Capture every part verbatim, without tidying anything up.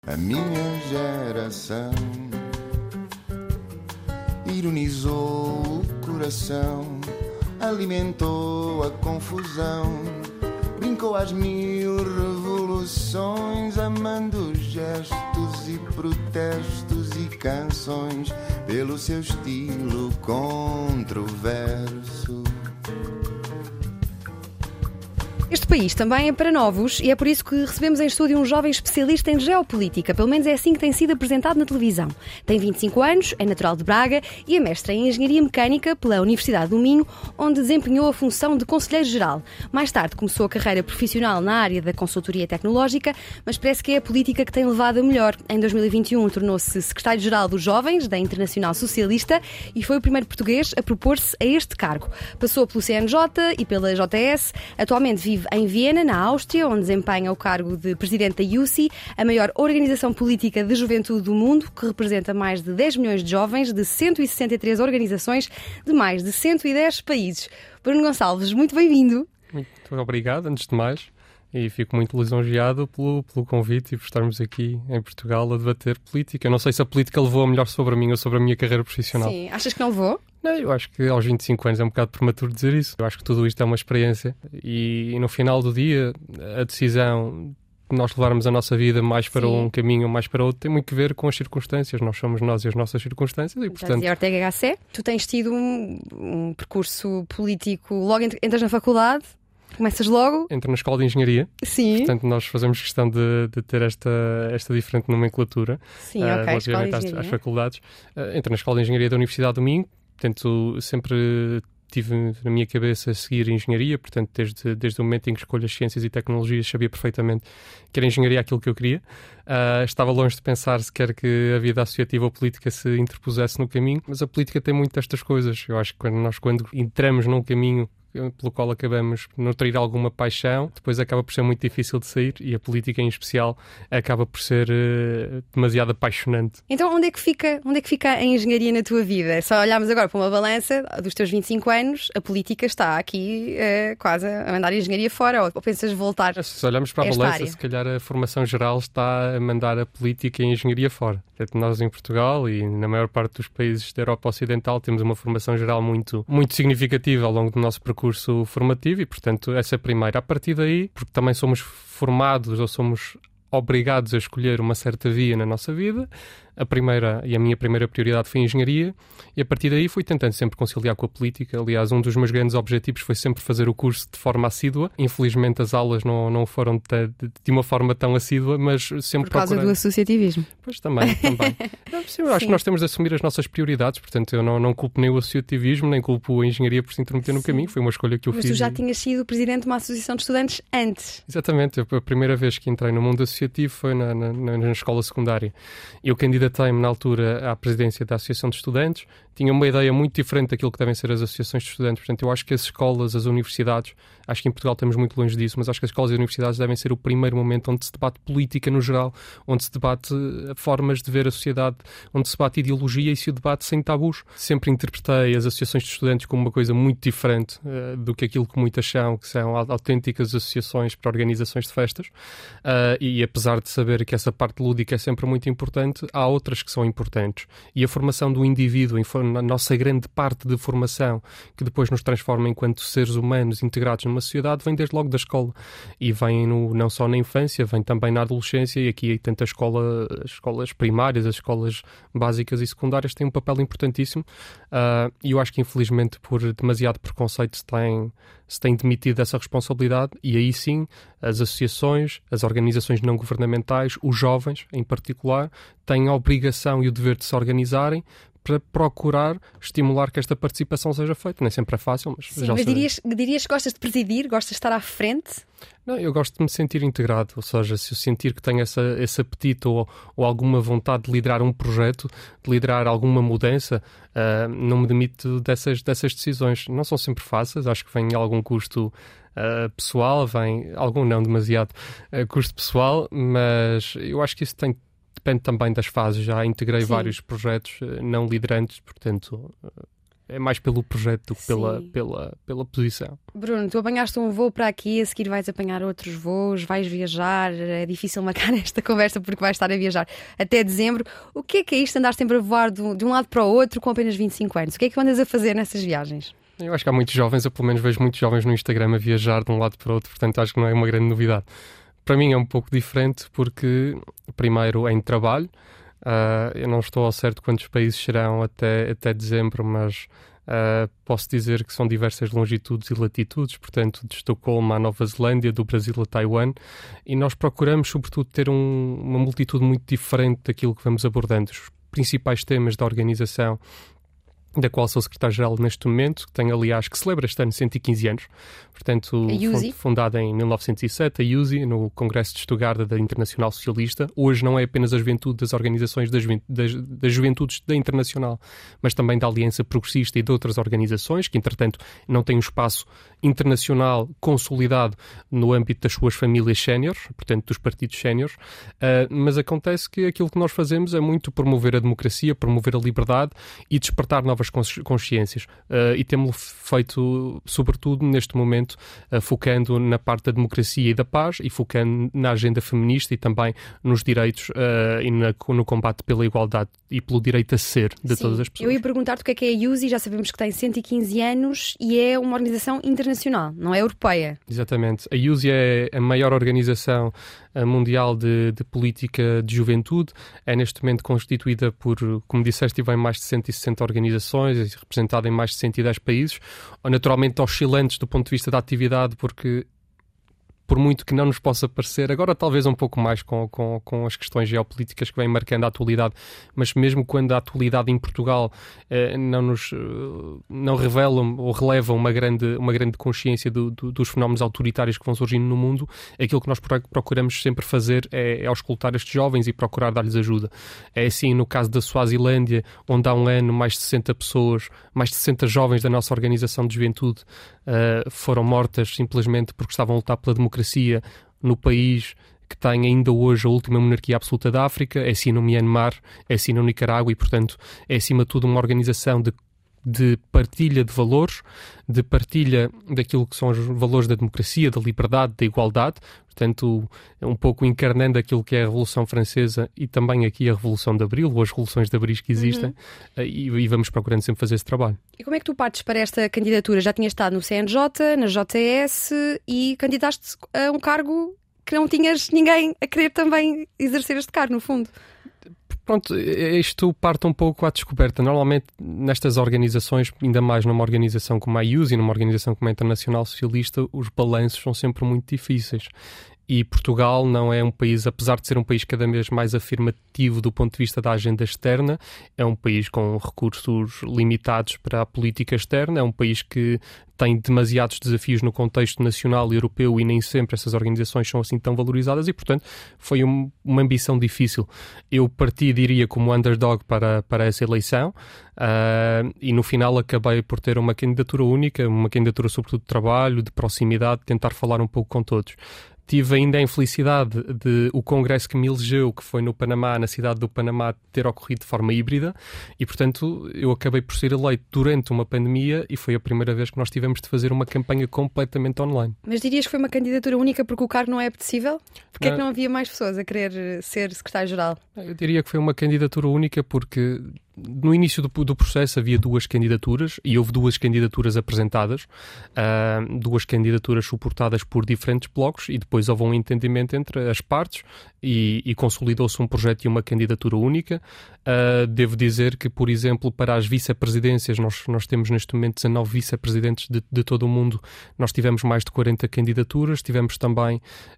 a minha geração. Ironizou o coração, alimentou a confusão, brincou às mil revoluções, amando gestos e protestos e canções, pelo seu estilo controverso. Este país também é para novos e é por isso que recebemos em estúdio um jovem especialista em geopolítica. Pelo menos é assim que tem sido apresentado na televisão. Tem vinte e cinco anos, é natural de Braga e é mestre em Engenharia Mecânica pela Universidade do Minho, onde desempenhou a função de conselheiro-geral. Mais tarde começou a carreira profissional na área da consultoria tecnológica, mas parece que é a política que tem levado a melhor. Em dois mil e vinte e um tornou-se secretário-geral dos Jovens da Internacional Socialista e foi o primeiro português a propor-se a este cargo. Passou pelo C N J e pela J S, atualmente vive em Viena, na Áustria, onde desempenha o cargo de presidente da U C I, a maior organização política de juventude do mundo, que representa mais de dez milhões de jovens de cento e sessenta e três organizações de mais de cento e dez países. Bruno Gonçalves, muito bem-vindo. Muito obrigado, antes de mais, e fico muito lisonjeado pelo, pelo convite e por estarmos aqui em Portugal a debater política. Eu não sei se a política levou a melhor sobre mim ou sobre a minha carreira profissional. Sim, achas que não levou? Não, eu acho que aos vinte e cinco anos é um bocado prematuro dizer isso. Eu acho que tudo isto é uma experiência e, e no final do dia a decisão de nós levarmos a nossa vida mais para Sim. um caminho ou mais para outro tem muito que ver com as circunstâncias. Nós somos nós e as nossas circunstâncias e, portanto... Já Ortega Gasset, tu tens tido um, um percurso político, logo entras na faculdade, começas logo... Entro na Escola de Engenharia. Sim. Portanto, nós fazemos questão de, de ter esta, esta diferente nomenclatura. Sim, uh, ok, relativamente às, às faculdades. Uh, entro na Escola de Engenharia da Universidade do Minho. Portanto, sempre tive na minha cabeça seguir engenharia, portanto, desde, desde o momento em que escolho as ciências e tecnologias, sabia perfeitamente que era engenharia aquilo que eu queria. Uh, estava longe de pensar sequer que a vida associativa ou política se interpusesse no caminho, mas a política tem muito destas coisas. Eu acho que quando nós, quando entramos num caminho pelo qual acabamos por nutrir alguma paixão, depois acaba por ser muito difícil de sair e a política em especial acaba por ser uh, demasiado apaixonante. Então onde é que fica, onde é que fica a engenharia na tua vida? Só olharmos agora para uma balança dos teus vinte e cinco anos, a política está aqui uh, quase a mandar a engenharia fora, ou, ou pensas voltar? Se olharmos para a balança, área? Se calhar a formação geral está a mandar a política e a engenharia fora. Portanto, nós em Portugal e na maior parte dos países da Europa Ocidental temos uma formação geral muito, muito significativa ao longo do nosso percurso curso formativo e, portanto, essa é a primeira. A partir daí, porque também somos formados ou somos obrigados a escolher uma certa via na nossa vida, a primeira e a minha primeira prioridade foi a engenharia e a partir daí fui tentando sempre conciliar com a política. Aliás, um dos meus grandes objetivos foi sempre fazer o curso de forma assídua. Infelizmente as aulas não, não foram de, de, de uma forma tão assídua, mas sempre Por causa procurei... do associativismo. Pois também, também. Não, sim, eu acho Sim. que nós temos de assumir as nossas prioridades, portanto eu não, não culpo nem o associativismo, nem culpo a engenharia por se intermeter no caminho, foi uma escolha que eu mas fiz. Mas tu já e... tinhas sido presidente de uma associação de estudantes antes. Exatamente, a primeira vez que entrei no mundo associativo foi na, na, na escola secundária. Eu candidatei-me na altura à presidência da Associação de Estudantes, tinha uma ideia muito diferente daquilo que devem ser as associações de estudantes. Portanto, eu acho que as escolas, as universidades, acho que em Portugal estamos muito longe disso, mas acho que as escolas e as universidades devem ser o primeiro momento onde se debate política no geral, onde se debate formas de ver a sociedade, onde se debate ideologia e se o debate sem tabus. Sempre interpretei as associações de estudantes como uma coisa muito diferente uh, do que aquilo que muitas são, que são autênticas associações para organizações de festas. Uh, e apesar de saber que essa parte lúdica é sempre muito importante, há outras que são importantes. E a formação do indivíduo, a nossa grande parte de formação, que depois nos transforma enquanto seres humanos integrados numa sociedade, vem desde logo da escola. E vem no, não só na infância, vem também na adolescência, e aqui tanto a escola, as escolas primárias, as escolas básicas e secundárias têm um papel importantíssimo. Uh, e eu acho que infelizmente por demasiado preconceito se tem, se tem demitido essa responsabilidade, e aí sim as associações, as organizações não governamentais, os jovens em particular, têm a obrigação e o dever de se organizarem para procurar estimular que esta participação seja feita. Nem sempre é fácil, mas Sim, já mas sei. dirias, dirias que gostas de presidir? Gostas de estar à frente? Não, eu gosto de me sentir integrado, ou seja, se eu sentir que tenho essa, esse apetite ou, ou alguma vontade de liderar um projeto, de liderar alguma mudança, uh, não me demito dessas, dessas decisões. Não são sempre fáceis, acho que vem algum custo uh, pessoal, vem algum não demasiado uh, custo pessoal, mas eu acho que isso tem depende também das fases. Já integrei Sim. vários projetos não liderantes, portanto, é mais pelo projeto do que pela, pela, pela posição. Bruno, tu apanhaste um voo para aqui, a seguir vais apanhar outros voos, vais viajar, é difícil marcar esta conversa porque vais estar a viajar até dezembro. O que é que é isto, andar sempre a voar de um lado para o outro com apenas vinte e cinco anos? O que é que andas a fazer nessas viagens? Eu acho que há muitos jovens, eu pelo menos vejo muitos jovens no Instagram a viajar de um lado para o outro, portanto acho que não é uma grande novidade. Para mim é um pouco diferente porque, primeiro, é em trabalho. Uh, eu não estou ao certo quantos países serão até, até dezembro, mas uh, posso dizer que são diversas longitudes e latitudes, portanto, de Estocolmo à Nova Zelândia, do Brasil a Taiwan, e nós procuramos, sobretudo, ter um, uma multitude muito diferente daquilo que vamos abordando. Os principais temas da organização, da qual sou secretário-geral neste momento, que tem, aliás, que celebra este ano cento e quinze anos, portanto, fundada em mil novecentos e sete, a U S I, no Congresso de Stuttgart da Internacional Socialista. Hoje não é apenas a juventude das organizações das, das, das juventudes da Internacional, mas também da Aliança Progressista e de outras organizações, que, entretanto, não têm um espaço internacional consolidado no âmbito das suas famílias séniores, portanto, dos partidos séniores, uh, mas acontece que aquilo que nós fazemos é muito promover a democracia, promover a liberdade e despertar novas consciências. Uh, e temos feito, sobretudo, neste momento, uh, focando na parte da democracia e da paz e focando na agenda feminista e também nos direitos uh, e na, no combate pela igualdade e pelo direito a ser de Sim. todas as pessoas. Eu ia perguntar-te o que é que é a U S I, já sabemos que tem cento e quinze anos e é uma organização internacional, não é europeia. Exatamente. A U S I é a maior organização uh, mundial de, de política de juventude. É neste momento constituída por, como disseste, vem mais de cento e sessenta organizações, é representada em mais de cento e dez países, naturalmente oscilantes do ponto de vista da atividade, porque por muito que não nos possa parecer, agora talvez um pouco mais com, com, com as questões geopolíticas que vêm marcando a atualidade, mas mesmo quando a atualidade em Portugal eh, não nos não revelam ou relevam uma grande, uma grande consciência do, do, dos fenómenos autoritários que vão surgindo no mundo, aquilo que nós procuramos sempre fazer é, é auscultar estes jovens e procurar dar-lhes ajuda. É assim no caso da Suazilândia, onde há um ano mais de sessenta pessoas, mais de sessenta jovens da nossa organização de juventude uh, foram mortas simplesmente porque estavam a lutar pela democracia no país que tem ainda hoje a última monarquia absoluta da África. É assim no Myanmar, é assim no Nicarágua e, portanto, é acima de tudo uma organização de, de partilha de valores, de partilha daquilo que são os valores da democracia, da liberdade, da igualdade, portanto, um pouco encarnando aquilo que é a Revolução Francesa e também aqui a Revolução de Abril, ou as Revoluções de Abril que existem, uhum. e, e vamos procurando sempre fazer esse trabalho. E como é que tu partes para esta candidatura? Já tinhas estado no C N J, na J T S e candidaste a um cargo que não tinhas ninguém a querer também exercer este cargo, no fundo. Pronto, isto parte um pouco à descoberta. Normalmente, nestas organizações, ainda mais numa organização como a U S I, numa organização como a Internacional Socialista, os balanços são sempre muito difíceis. E Portugal não é um país, apesar de ser um país cada vez mais afirmativo do ponto de vista da agenda externa, é um país com recursos limitados para a política externa, é um país que tem demasiados desafios no contexto nacional e europeu e nem sempre essas organizações são assim tão valorizadas e, portanto, foi um, uma ambição difícil. Eu parti, diria, como underdog para, para essa eleição uh, e no final acabei por ter uma candidatura única, uma candidatura sobretudo de trabalho, de proximidade, de tentar falar um pouco com todos. Tive ainda a infelicidade de o congresso que me elegeu, que foi no Panamá, na cidade do Panamá, ter ocorrido de forma híbrida e, portanto, eu acabei por ser eleito durante uma pandemia e foi a primeira vez que nós tivemos de fazer uma campanha completamente online. Mas dirias que foi uma candidatura única porque o cargo não é apetecível? Porquê não. É que não havia mais pessoas a querer ser secretário-geral? Eu diria que foi uma candidatura única porque no início do, do processo havia duas candidaturas e houve duas candidaturas apresentadas, uh, duas candidaturas suportadas por diferentes blocos e depois houve um entendimento entre as partes e, e consolidou-se um projeto e uma candidatura única. Uh, devo dizer que, por exemplo, para as vice-presidências, nós, nós temos neste momento dezanove vice-presidentes de, de todo o mundo, nós tivemos mais de quarenta candidaturas, tivemos também,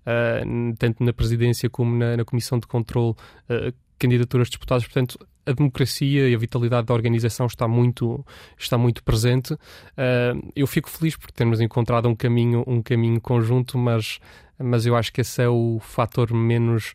uh, tanto na presidência como na, na Comissão de Controle, uh, candidaturas disputadas, portanto, a democracia e a vitalidade da organização está muito, está muito presente. Uh, eu fico feliz por termos encontrado um caminho, um caminho conjunto, mas, mas eu acho que esse é o fator menos,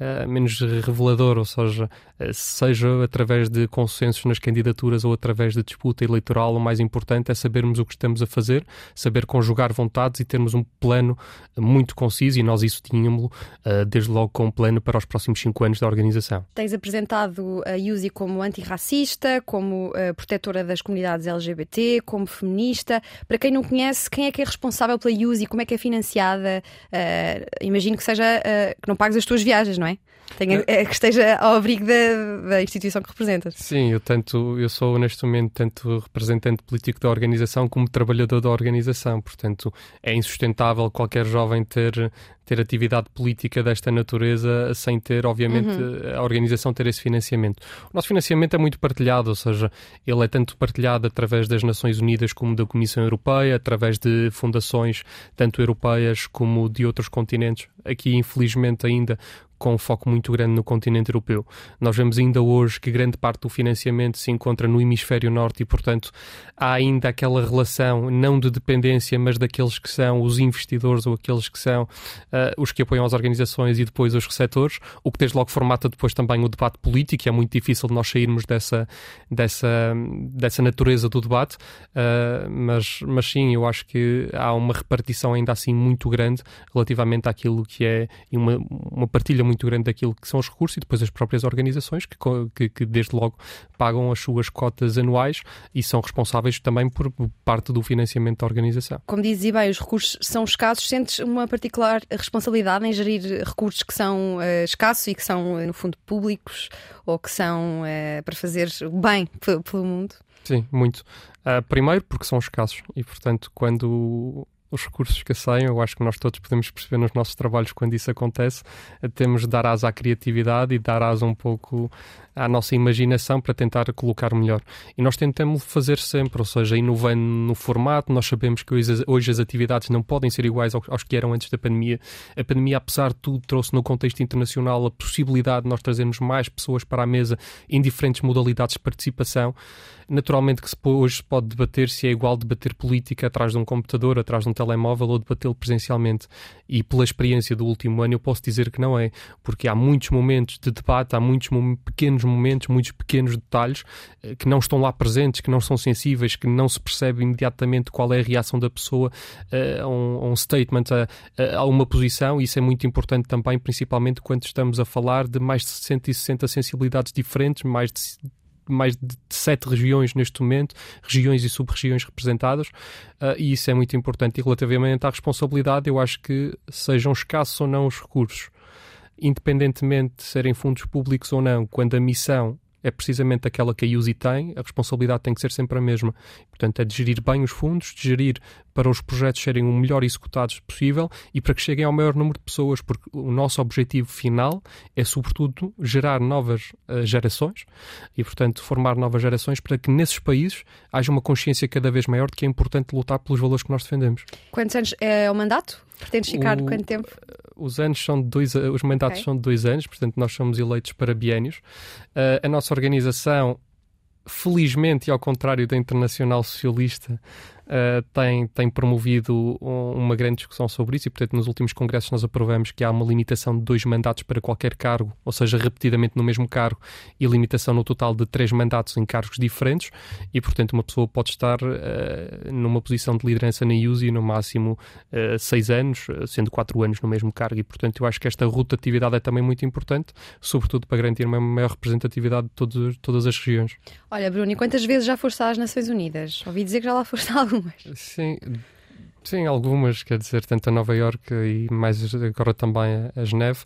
uh, menos revelador, ou seja, uh, seja através de consensos nas candidaturas ou através de disputa eleitoral, o mais importante é sabermos o que estamos a fazer, saber conjugar vontades e termos um plano muito conciso, e nós isso tínhamos uh, desde logo com um plano para os próximos cinco anos da organização. Tens apresentado a IUSI como antirracista, como uh, protetora das comunidades L G B T, como feminista. Para quem não conhece, quem é que é responsável pela IUSI? Como é que é financiada? Uh, imagino que seja uh, que não pagues as tuas viagens, não é? Tenha, é, que esteja ao abrigo da, da instituição que representas. Sim, eu, tanto, eu sou neste momento tanto representante político da organização como trabalhador da organização, portanto é insustentável qualquer jovem ter, ter atividade política desta natureza sem ter, obviamente, uhum. a organização ter esse financiamento. O nosso financiamento é muito partilhado, ou seja, ele é tanto partilhado através das Nações Unidas como da Comissão Europeia, através de fundações tanto europeias como de outros continentes, aqui infelizmente ainda com um foco muito grande no continente europeu. Nós vemos ainda hoje que grande parte do financiamento se encontra no hemisfério norte e, portanto, há ainda aquela relação, não de dependência, mas daqueles que são os investidores ou aqueles que são uh, os que apoiam as organizações e depois os receptores, o que desde logo formata depois também o debate político, e é muito difícil nós sairmos dessa, dessa, dessa natureza do debate, uh, mas, mas sim, eu acho que há uma repartição ainda assim muito grande relativamente àquilo que é uma, uma partilha muito grande daquilo que são os recursos, e depois as próprias organizações que, que, que desde logo pagam as suas cotas anuais e são responsáveis também por parte do financiamento da organização. Como dizia bem, os recursos são escassos. Sentes uma particular responsabilidade em gerir recursos que são uh, escassos e que são, uh, no fundo, públicos, ou que são uh, para fazer o bem p- pelo mundo? Sim, muito. Uh, primeiro porque são escassos e, portanto, quando os recursos escasseiam, eu acho que nós todos podemos perceber nos nossos trabalhos quando isso acontece, temos de dar asa à criatividade e dar asa um pouco à nossa imaginação para tentar colocar melhor. E nós tentamos fazer sempre, ou seja, inovando no formato. Nós sabemos que hoje, hoje as atividades não podem ser iguais aos, aos que eram antes da pandemia. A pandemia, apesar de tudo, trouxe no contexto internacional a possibilidade de nós trazermos mais pessoas para a mesa em diferentes modalidades de participação. Naturalmente que se, hoje se pode debater se é igual debater política atrás de um computador, atrás de um telemóvel, ou debatê-lo presencialmente. E pela experiência do último ano eu posso dizer que não é, porque há muitos momentos de debate, há muitos mom- pequenos momentos, muitos pequenos detalhes eh, que não estão lá presentes, que não são sensíveis, que não se percebe imediatamente qual é a reação da pessoa eh, a, um, a um statement, a, a uma posição, e isso é muito importante também, principalmente quando estamos a falar de mais de cento e sessenta sensibilidades diferentes, mais de mais de sete regiões neste momento, regiões e sub-regiões representadas, uh, e isso é muito importante. E relativamente à responsabilidade, eu acho que sejam escassos ou não os recursos, independentemente de serem fundos públicos ou não, quando a missão é precisamente aquela que a IUSI tem, a responsabilidade tem que ser sempre a mesma. Portanto, é de gerir bem os fundos, de gerir para os projetos serem o melhor executados possível e para que cheguem ao maior número de pessoas, porque o nosso objetivo final é, sobretudo, gerar novas uh, gerações e, portanto, formar novas gerações para que nesses países haja uma consciência cada vez maior de que é importante lutar pelos valores que nós defendemos. Quantos anos é o mandato? Pretendes ficar o, quanto tempo? Os anos são de dois, os mandatos okay. são de dois anos, portanto nós somos eleitos para biénios. Uh, a nossa organização, felizmente, e ao contrário da Internacional Socialista, uh, tem, tem promovido um, uma grande discussão sobre isso, e portanto nos últimos congressos nós aprovamos que há uma limitação de dois mandatos para qualquer cargo, ou seja, repetidamente no mesmo cargo, e limitação no total de três mandatos em cargos diferentes, e portanto uma pessoa pode estar uh, numa posição de liderança na IUSI no máximo uh, seis anos, sendo quatro anos no mesmo cargo, e portanto eu acho que esta rotatividade é também muito importante, sobretudo para garantir uma maior representatividade de todos, todas as regiões. Olha, Bruno, e quantas vezes já foste às Nações Unidas? Ouvi dizer que já lá foste algumas. Sim, sim, algumas, quer dizer, tanto a Nova Iorque e mais agora também a Geneve.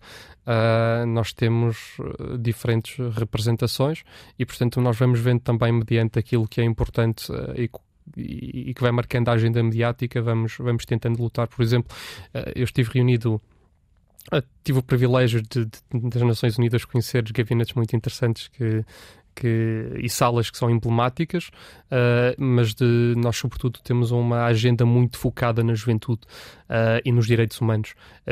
Uh, nós temos diferentes representações e, portanto, nós vamos vendo também mediante aquilo que é importante uh, e e que vai marcando a agenda mediática, vamos, vamos tentando lutar. Por exemplo, uh, eu estive reunido Uh, tive o privilégio de, de, das Nações Unidas conhecer gabinetes muito interessantes que, que, e salas que são emblemáticas, uh, mas de, nós sobretudo temos uma agenda muito focada na juventude uh, e nos direitos humanos.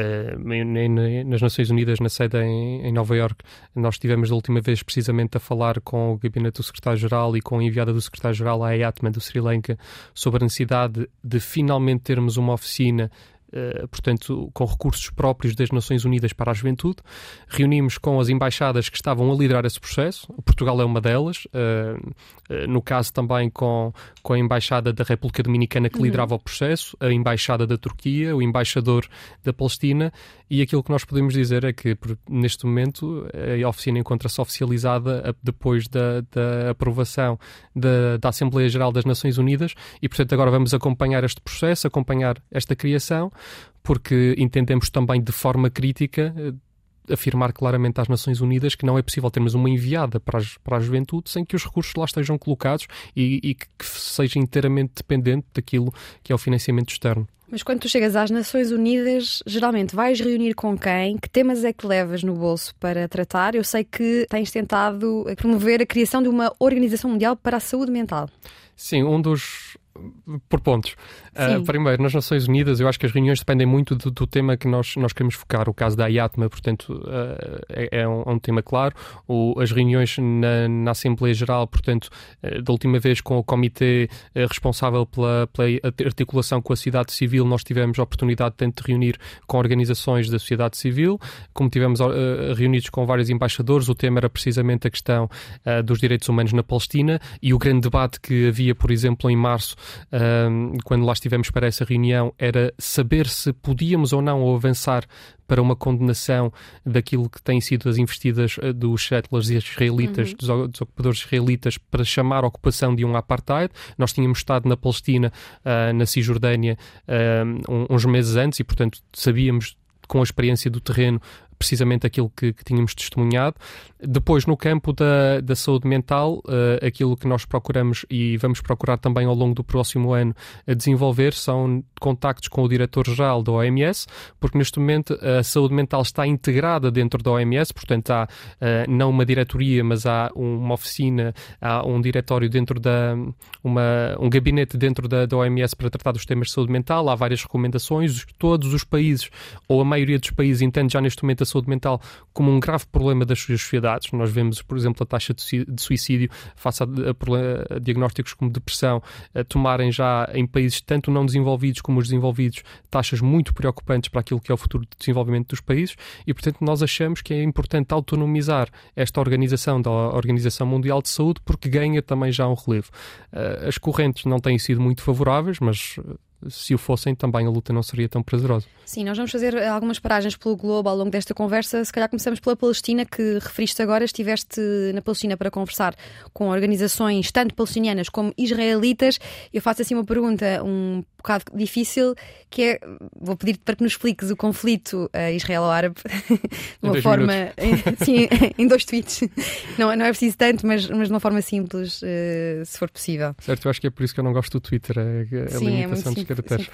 Uh, nas Nações Unidas, na sede em, em Nova Iorque, nós estivemos da última vez precisamente a falar com o gabinete do secretário-geral e com a enviada do secretário-geral à EATMA do Sri Lanka sobre a necessidade de, de finalmente termos uma oficina uh, portanto, com recursos próprios das Nações Unidas para a Juventude. Reunimos com as embaixadas que estavam a liderar esse processo. Portugal é uma delas. Uh, uh, no caso também com, com a Embaixada da República Dominicana que uhum. liderava o processo, a Embaixada da Turquia, o embaixador da Palestina, e aquilo que nós podemos dizer é que, neste momento, a oficina encontra-se oficializada depois da, da aprovação da, da Assembleia Geral das Nações Unidas e, portanto, agora vamos acompanhar este processo, acompanhar esta criação, porque entendemos também de forma crítica afirmar claramente às Nações Unidas que não é possível termos uma enviada para, as, para a juventude sem que os recursos lá estejam colocados e, e que, que seja inteiramente dependente daquilo que é o financiamento externo. Mas quando tu chegas às Nações Unidas, geralmente vais reunir com quem? Que temas é que levas no bolso para tratar? Eu sei que tens tentado promover a criação de uma Organização Mundial para a Saúde Mental. Sim, um dos... Por pontos. Uh, primeiro, nas Nações Unidas, eu acho que as reuniões dependem muito do, do tema que nós, nós queremos focar. O caso da I A T M A, portanto, uh, é, é, um, é um tema claro. O, as reuniões na, na Assembleia Geral, portanto, uh, da última vez com o comitê uh, responsável pela, pela articulação com a sociedade civil, nós tivemos a oportunidade tanto de reunir com organizações da sociedade civil, como tivemos uh, reunidos com vários embaixadores. O tema era precisamente a questão uh, dos direitos humanos na Palestina e o grande debate que havia, por exemplo, em março, Uh, quando lá estivemos para essa reunião, era saber se podíamos ou não avançar para uma condenação daquilo que têm sido as investidas dos settlers israelitas, uhum. dos, dos ocupadores israelitas, para chamar a ocupação de um apartheid. Nós tínhamos estado na Palestina, uh, na Cisjordânia, uh, uns meses antes e, portanto, sabíamos com a experiência do terreno precisamente aquilo que, que tínhamos testemunhado. Depois, no campo da, da saúde mental, uh, aquilo que nós procuramos e vamos procurar também ao longo do próximo ano a desenvolver são contactos com o diretor-geral da O M S, porque neste momento a saúde mental está integrada dentro da O M S, portanto há uh, não uma diretoria, mas há uma oficina, há um diretório dentro da, uma, um gabinete dentro da, da O M S para tratar dos temas de saúde mental. Há várias recomendações. Todos os países, ou a maioria dos países, entende já neste momento a saúde mental como um grave problema das suas sociedades. Nós vemos, por exemplo, a taxa de suicídio face a, a, a diagnósticos como depressão a tomarem já em países tanto não desenvolvidos como os desenvolvidos taxas muito preocupantes para aquilo que é o futuro de desenvolvimento dos países e, portanto, nós achamos que é importante autonomizar esta organização da Organização Mundial de Saúde porque ganha também já um relevo. As correntes não têm sido muito favoráveis, mas se o fossem, também a luta não seria tão prazerosa. Sim, nós vamos fazer algumas paragens pelo globo ao longo desta conversa. Se calhar começamos pela Palestina, que referiste agora. Estiveste na Palestina para conversar com organizações tanto palestinianas como israelitas. Eu faço assim uma pergunta um bocado difícil, que é, vou pedir-te para que nos expliques o conflito uh, israelo-árabe de uma forma, sim, em dois tweets. Não, não é preciso tanto, mas, mas de uma forma simples, uh, se for possível. Certo, eu acho que é por isso que eu não gosto do Twitter, é a sim, limitação é dos caracteres.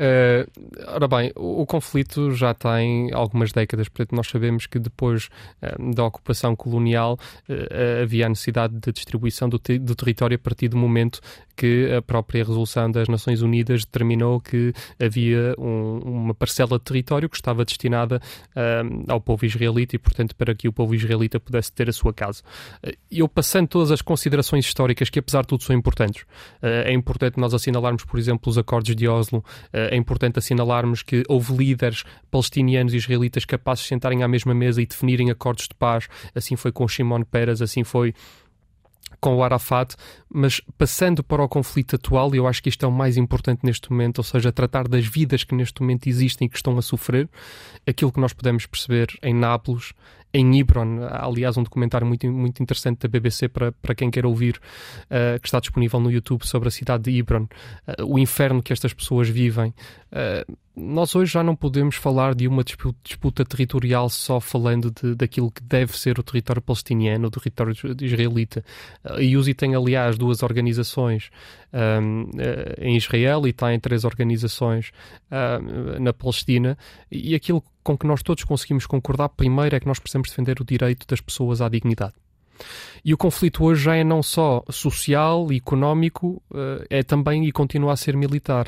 Uh, ora bem, o, o conflito já tem algumas décadas, portanto nós sabemos que depois uh, da ocupação colonial uh, havia a necessidade de distribuição do, te- do território a partir do momento que a própria resolução das Nações Unidas determinou que havia um, uma parcela de território que estava destinada uh, ao povo israelita e, portanto, para que o povo israelita pudesse ter a sua casa. Uh, eu passando todas as considerações históricas, que apesar de tudo são importantes, uh, é importante nós assinalarmos, por exemplo, os acordos de Oslo, uh, é importante assinalarmos que houve líderes palestinianos e israelitas capazes de sentarem à mesma mesa e definirem acordos de paz. Assim foi com Shimon Peres, assim foi com o Arafat, mas passando para o conflito atual, eu acho que isto é o mais importante neste momento, ou seja, tratar das vidas que neste momento existem e que estão a sofrer, aquilo que nós podemos perceber em Nápoles, em Hebron. Há, aliás, um documentário muito, muito interessante da B B C para, para quem quer ouvir, uh, que está disponível no YouTube, sobre a cidade de Hebron, uh, o inferno que estas pessoas vivem. Uh, nós hoje já não podemos falar de uma disputa, disputa territorial só falando de, daquilo que deve ser o território palestiniano, o território israelita. A I U S I tem, aliás, duas organizações um, em Israel e tem três organizações um, na Palestina, e aquilo com que nós todos conseguimos concordar primeiro é que nós precisamos defender o direito das pessoas à dignidade. E o conflito hoje já é não só social e económico, é também e continua a ser militar.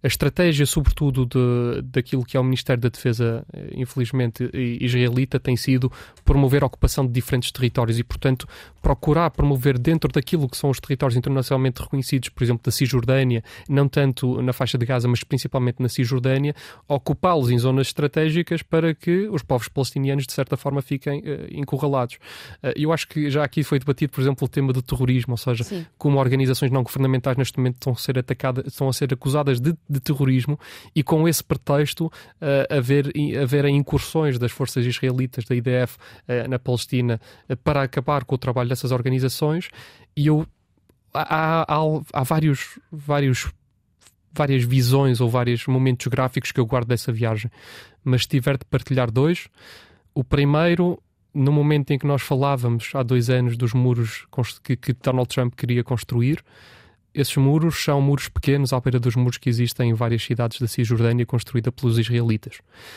a estratégia, sobretudo, de, daquilo que é o Ministério da Defesa, infelizmente, israelita, tem sido promover a ocupação de diferentes territórios e, portanto, procurar promover dentro daquilo que são os territórios internacionalmente reconhecidos, por exemplo, da Cisjordânia, não tanto na faixa de Gaza, mas principalmente na Cisjordânia, ocupá-los em zonas estratégicas para que os povos palestinianos, de certa forma, fiquem uh, encurralados. Uh, eu acho que já aqui foi debatido, por exemplo, o tema do terrorismo, ou seja, Sim. como organizações não governamentais neste momento estão a ser atacadas, estão a ser acusadas de, de terrorismo, e com esse pretexto uh, haver, haver incursões das forças israelitas, da I D F, uh, na Palestina, uh, para acabar com o trabalho dessas organizações. E eu há, há, há vários, vários várias visões ou vários momentos gráficos que eu guardo dessa viagem, mas se tiver de partilhar dois, o primeiro, no momento em que nós falávamos há dois anos dos muros que, que Donald Trump queria construir, esses muros são muros pequenos à beira dos muros que existem em várias cidades da Cisjordânia construída pelos israelitas.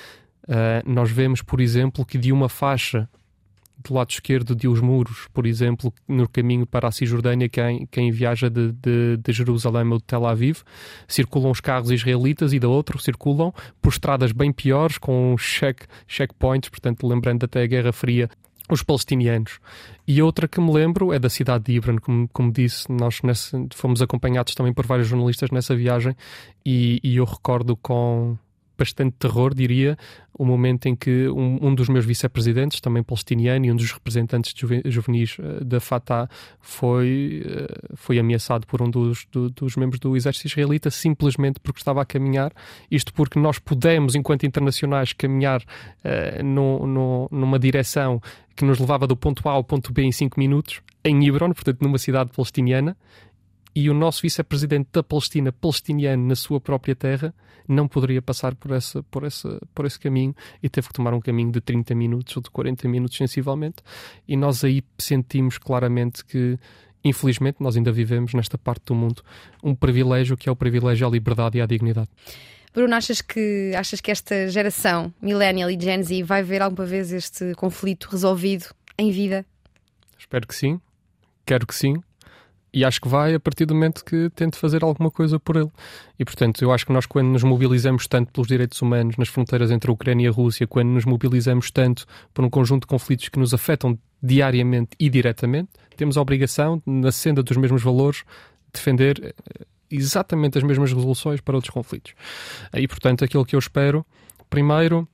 Uh, nós vemos, por exemplo, que de uma faixa do lado esquerdo de os muros, por exemplo, no caminho para a Cisjordânia, quem, quem viaja de, de, de Jerusalém ou de Tel Aviv, circulam os carros israelitas, e da outra circulam por estradas bem piores, com check, checkpoints, portanto, lembrando até a Guerra Fria, os palestinianos. E outra que me lembro é da cidade de Hebron, como, como disse, nós nessa, fomos acompanhados também por vários jornalistas nessa viagem, e, e eu recordo com bastante terror, diria, o momento em que um, um dos meus vice-presidentes, também palestiniano, e um dos representantes juvenis uh, da Fatah foi, uh, foi ameaçado por um dos, do, dos membros do exército israelita, simplesmente porque estava a caminhar. Isto porque nós pudemos, enquanto internacionais, caminhar uh, no, no, numa direção que nos levava do ponto A ao ponto B em cinco minutos, em Hebron, portanto numa cidade palestiniana, e o nosso vice-presidente da Palestina, palestiniano, na sua própria terra, não poderia passar por, essa, por, essa, por esse caminho, e teve que tomar um caminho de trinta minutos ou de quarenta minutos, sensivelmente. E nós aí sentimos claramente que, infelizmente, nós ainda vivemos nesta parte do mundo um privilégio, que é o privilégio à liberdade e à dignidade. Bruno, achas que, achas que esta geração, Millennial e Gen Z, vai ver alguma vez este conflito resolvido em vida? Espero que sim. Quero que sim. E acho que vai a partir do momento que tente fazer alguma coisa por ele. E, portanto, eu acho que nós, quando nos mobilizamos tanto pelos direitos humanos nas fronteiras entre a Ucrânia e a Rússia, quando nos mobilizamos tanto por um conjunto de conflitos que nos afetam diariamente e diretamente, temos a obrigação, na senda dos mesmos valores, defender exatamente as mesmas resoluções para outros conflitos. E, portanto, aquilo que eu espero, primeiro,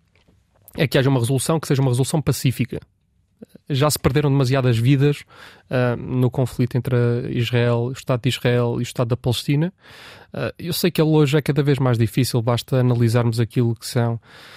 é que haja uma resolução que seja uma resolução pacífica. Já se perderam demasiadas vidas uh, no conflito entre Israel, o Estado de Israel e o Estado da Palestina. Uh, eu sei que ele hoje é cada vez mais difícil, basta analisarmos aquilo que são,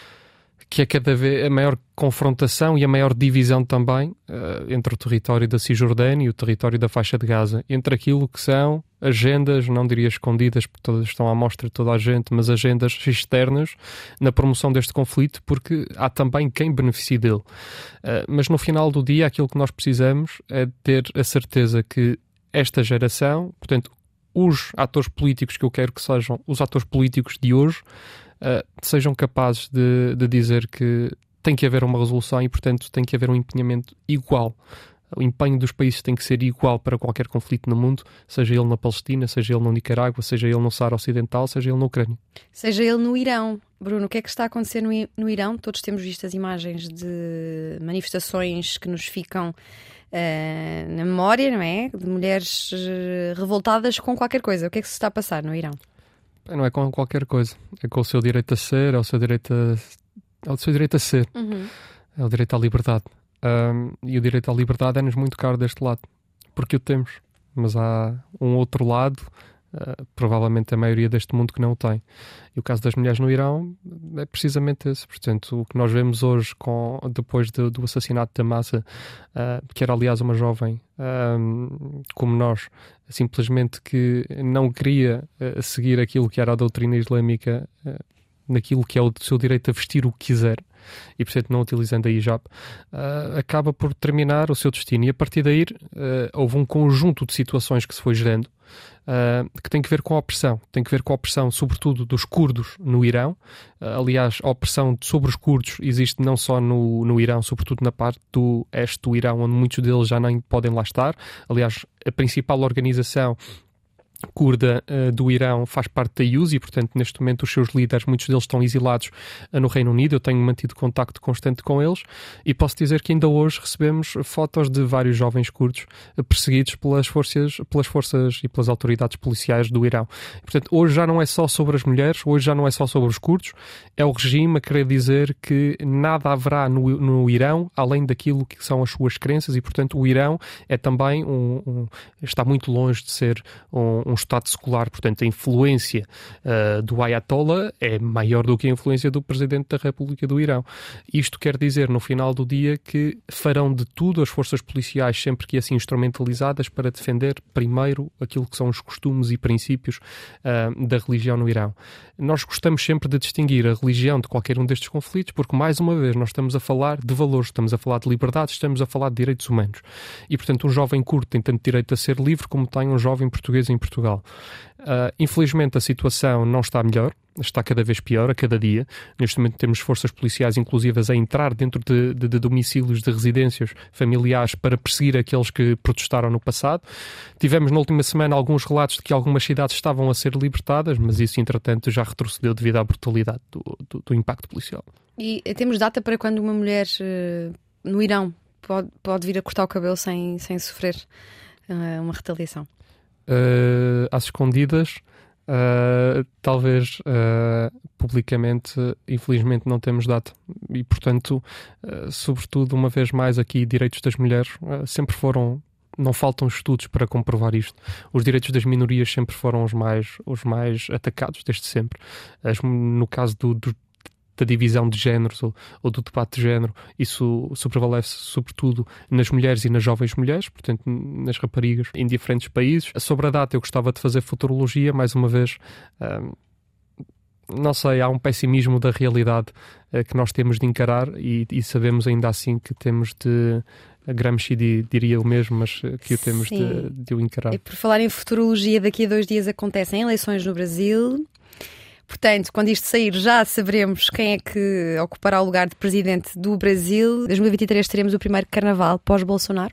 que é cada vez a maior confrontação e a maior divisão também uh, entre o território da Cisjordânia e o território da faixa de Gaza, entre aquilo que são agendas, não diria escondidas, porque todas estão à mostra de toda a gente, mas agendas externas na promoção deste conflito, porque há também quem beneficie dele. Uh, mas no final do dia, aquilo que nós precisamos é ter a certeza que esta geração, portanto, os atores políticos que eu quero que sejam os atores políticos de hoje, uh, sejam capazes de, de dizer que tem que haver uma resolução e, portanto, tem que haver um empenhamento igual. O empenho dos países tem que ser igual para qualquer conflito no mundo, seja ele na Palestina, seja ele no Nicarágua, seja ele no Saara Ocidental, seja ele na Ucrânia. Seja ele no Irão. Bruno, o que é que está a acontecer no, no Irão? Todos temos visto as imagens de manifestações que nos ficam uh, na memória, não é? De mulheres uh, revoltadas com qualquer coisa. O que é que se está a passar no Irão? Bem, não é com qualquer coisa. É com o seu direito a ser, é o seu direito a, é o seu direito a ser. Uhum. É o direito à liberdade. Um, e o direito à liberdade é-nos muito caro deste lado, porque o temos, mas há um outro lado, uh, provavelmente a maioria deste mundo, que não o tem. E o caso das mulheres no Irão é precisamente esse. Portanto, o que nós vemos hoje, com, depois de, do assassinato da Mahsa, uh, que era aliás uma jovem um, como nós, simplesmente que não queria uh, seguir aquilo que era a doutrina islâmica, uh, naquilo que é o seu direito a vestir o que quiser, e portanto não utilizando a hijab, uh, acaba por terminar o seu destino. E a partir daí uh, houve um conjunto de situações que se foi gerando, uh, que tem que ver com a opressão, tem que ver com a opressão sobretudo dos curdos no Irão. Uh, aliás, a opressão sobre os curdos existe não só no, no Irão, sobretudo na parte do este do Irão, onde muitos deles já nem podem lá estar. Aliás, a principal organização curda uh, do Irão faz parte da I U S e, portanto, neste momento os seus líderes, muitos deles estão exilados uh, no Reino Unido. Eu tenho mantido contacto constante com eles e posso dizer que ainda hoje recebemos fotos de vários jovens curdos uh, perseguidos pelas forças, pelas forças e pelas autoridades policiais do Irão. Portanto, hoje já não é só sobre as mulheres, hoje já não é só sobre os curdos, é o regime a querer dizer que nada haverá no, no Irão além daquilo que são as suas crenças e, portanto, o Irão é também um, um, está muito longe de ser um, um Estado secular. Portanto, a influência uh, do Ayatollah é maior do que a influência do Presidente da República do Irão. Isto quer dizer, no final do dia, que farão de tudo as forças policiais, sempre que assim instrumentalizadas, para defender primeiro aquilo que são os costumes e princípios uh, da religião no Irão. Nós gostamos sempre de distinguir a religião de qualquer um destes conflitos, porque, mais uma vez, nós estamos a falar de valores, estamos a falar de liberdade, estamos a falar de direitos humanos. E, portanto, um jovem curdo tem tanto direito a ser livre como tem um jovem português em Portugal. Uh, infelizmente a situação não está melhor, está cada vez pior a cada dia. Neste momento temos forças policiais inclusivas a entrar dentro de, de, de domicílios, de residências familiares para perseguir aqueles que protestaram no passado. Tivemos na última semana alguns relatos de que algumas cidades estavam a ser libertadas, mas isso entretanto já retrocedeu devido à brutalidade do, do, do impacto policial. E temos data para quando uma mulher uh, no Irão pode, pode vir a cortar o cabelo sem, sem sofrer uh, uma retaliação? Uh, às escondidas, uh, talvez uh, publicamente, infelizmente não temos data e, portanto, uh, sobretudo, uma vez mais aqui, direitos das mulheres uh, sempre foram, não faltam estudos para comprovar isto. Os direitos das minorias sempre foram os mais, os mais atacados desde sempre. As, no caso do, do da divisão de géneros ou, ou do debate de género, isso prevalece sobretudo nas mulheres e nas jovens mulheres, portanto nas raparigas em diferentes países. Sobre a data eu gostava de fazer futurologia, mais uma vez, hum, não sei, há um pessimismo da realidade uh, que nós temos de encarar e, e sabemos ainda assim que temos de... A Gramsci diria o mesmo, mas que o temos de, de o encarar. E por falar em futurologia, daqui a dois dias acontecem eleições no Brasil. Portanto, quando isto sair, já saberemos quem é que ocupará o lugar de presidente do Brasil. Em dois mil e vinte e três teremos o primeiro carnaval pós-Bolsonaro?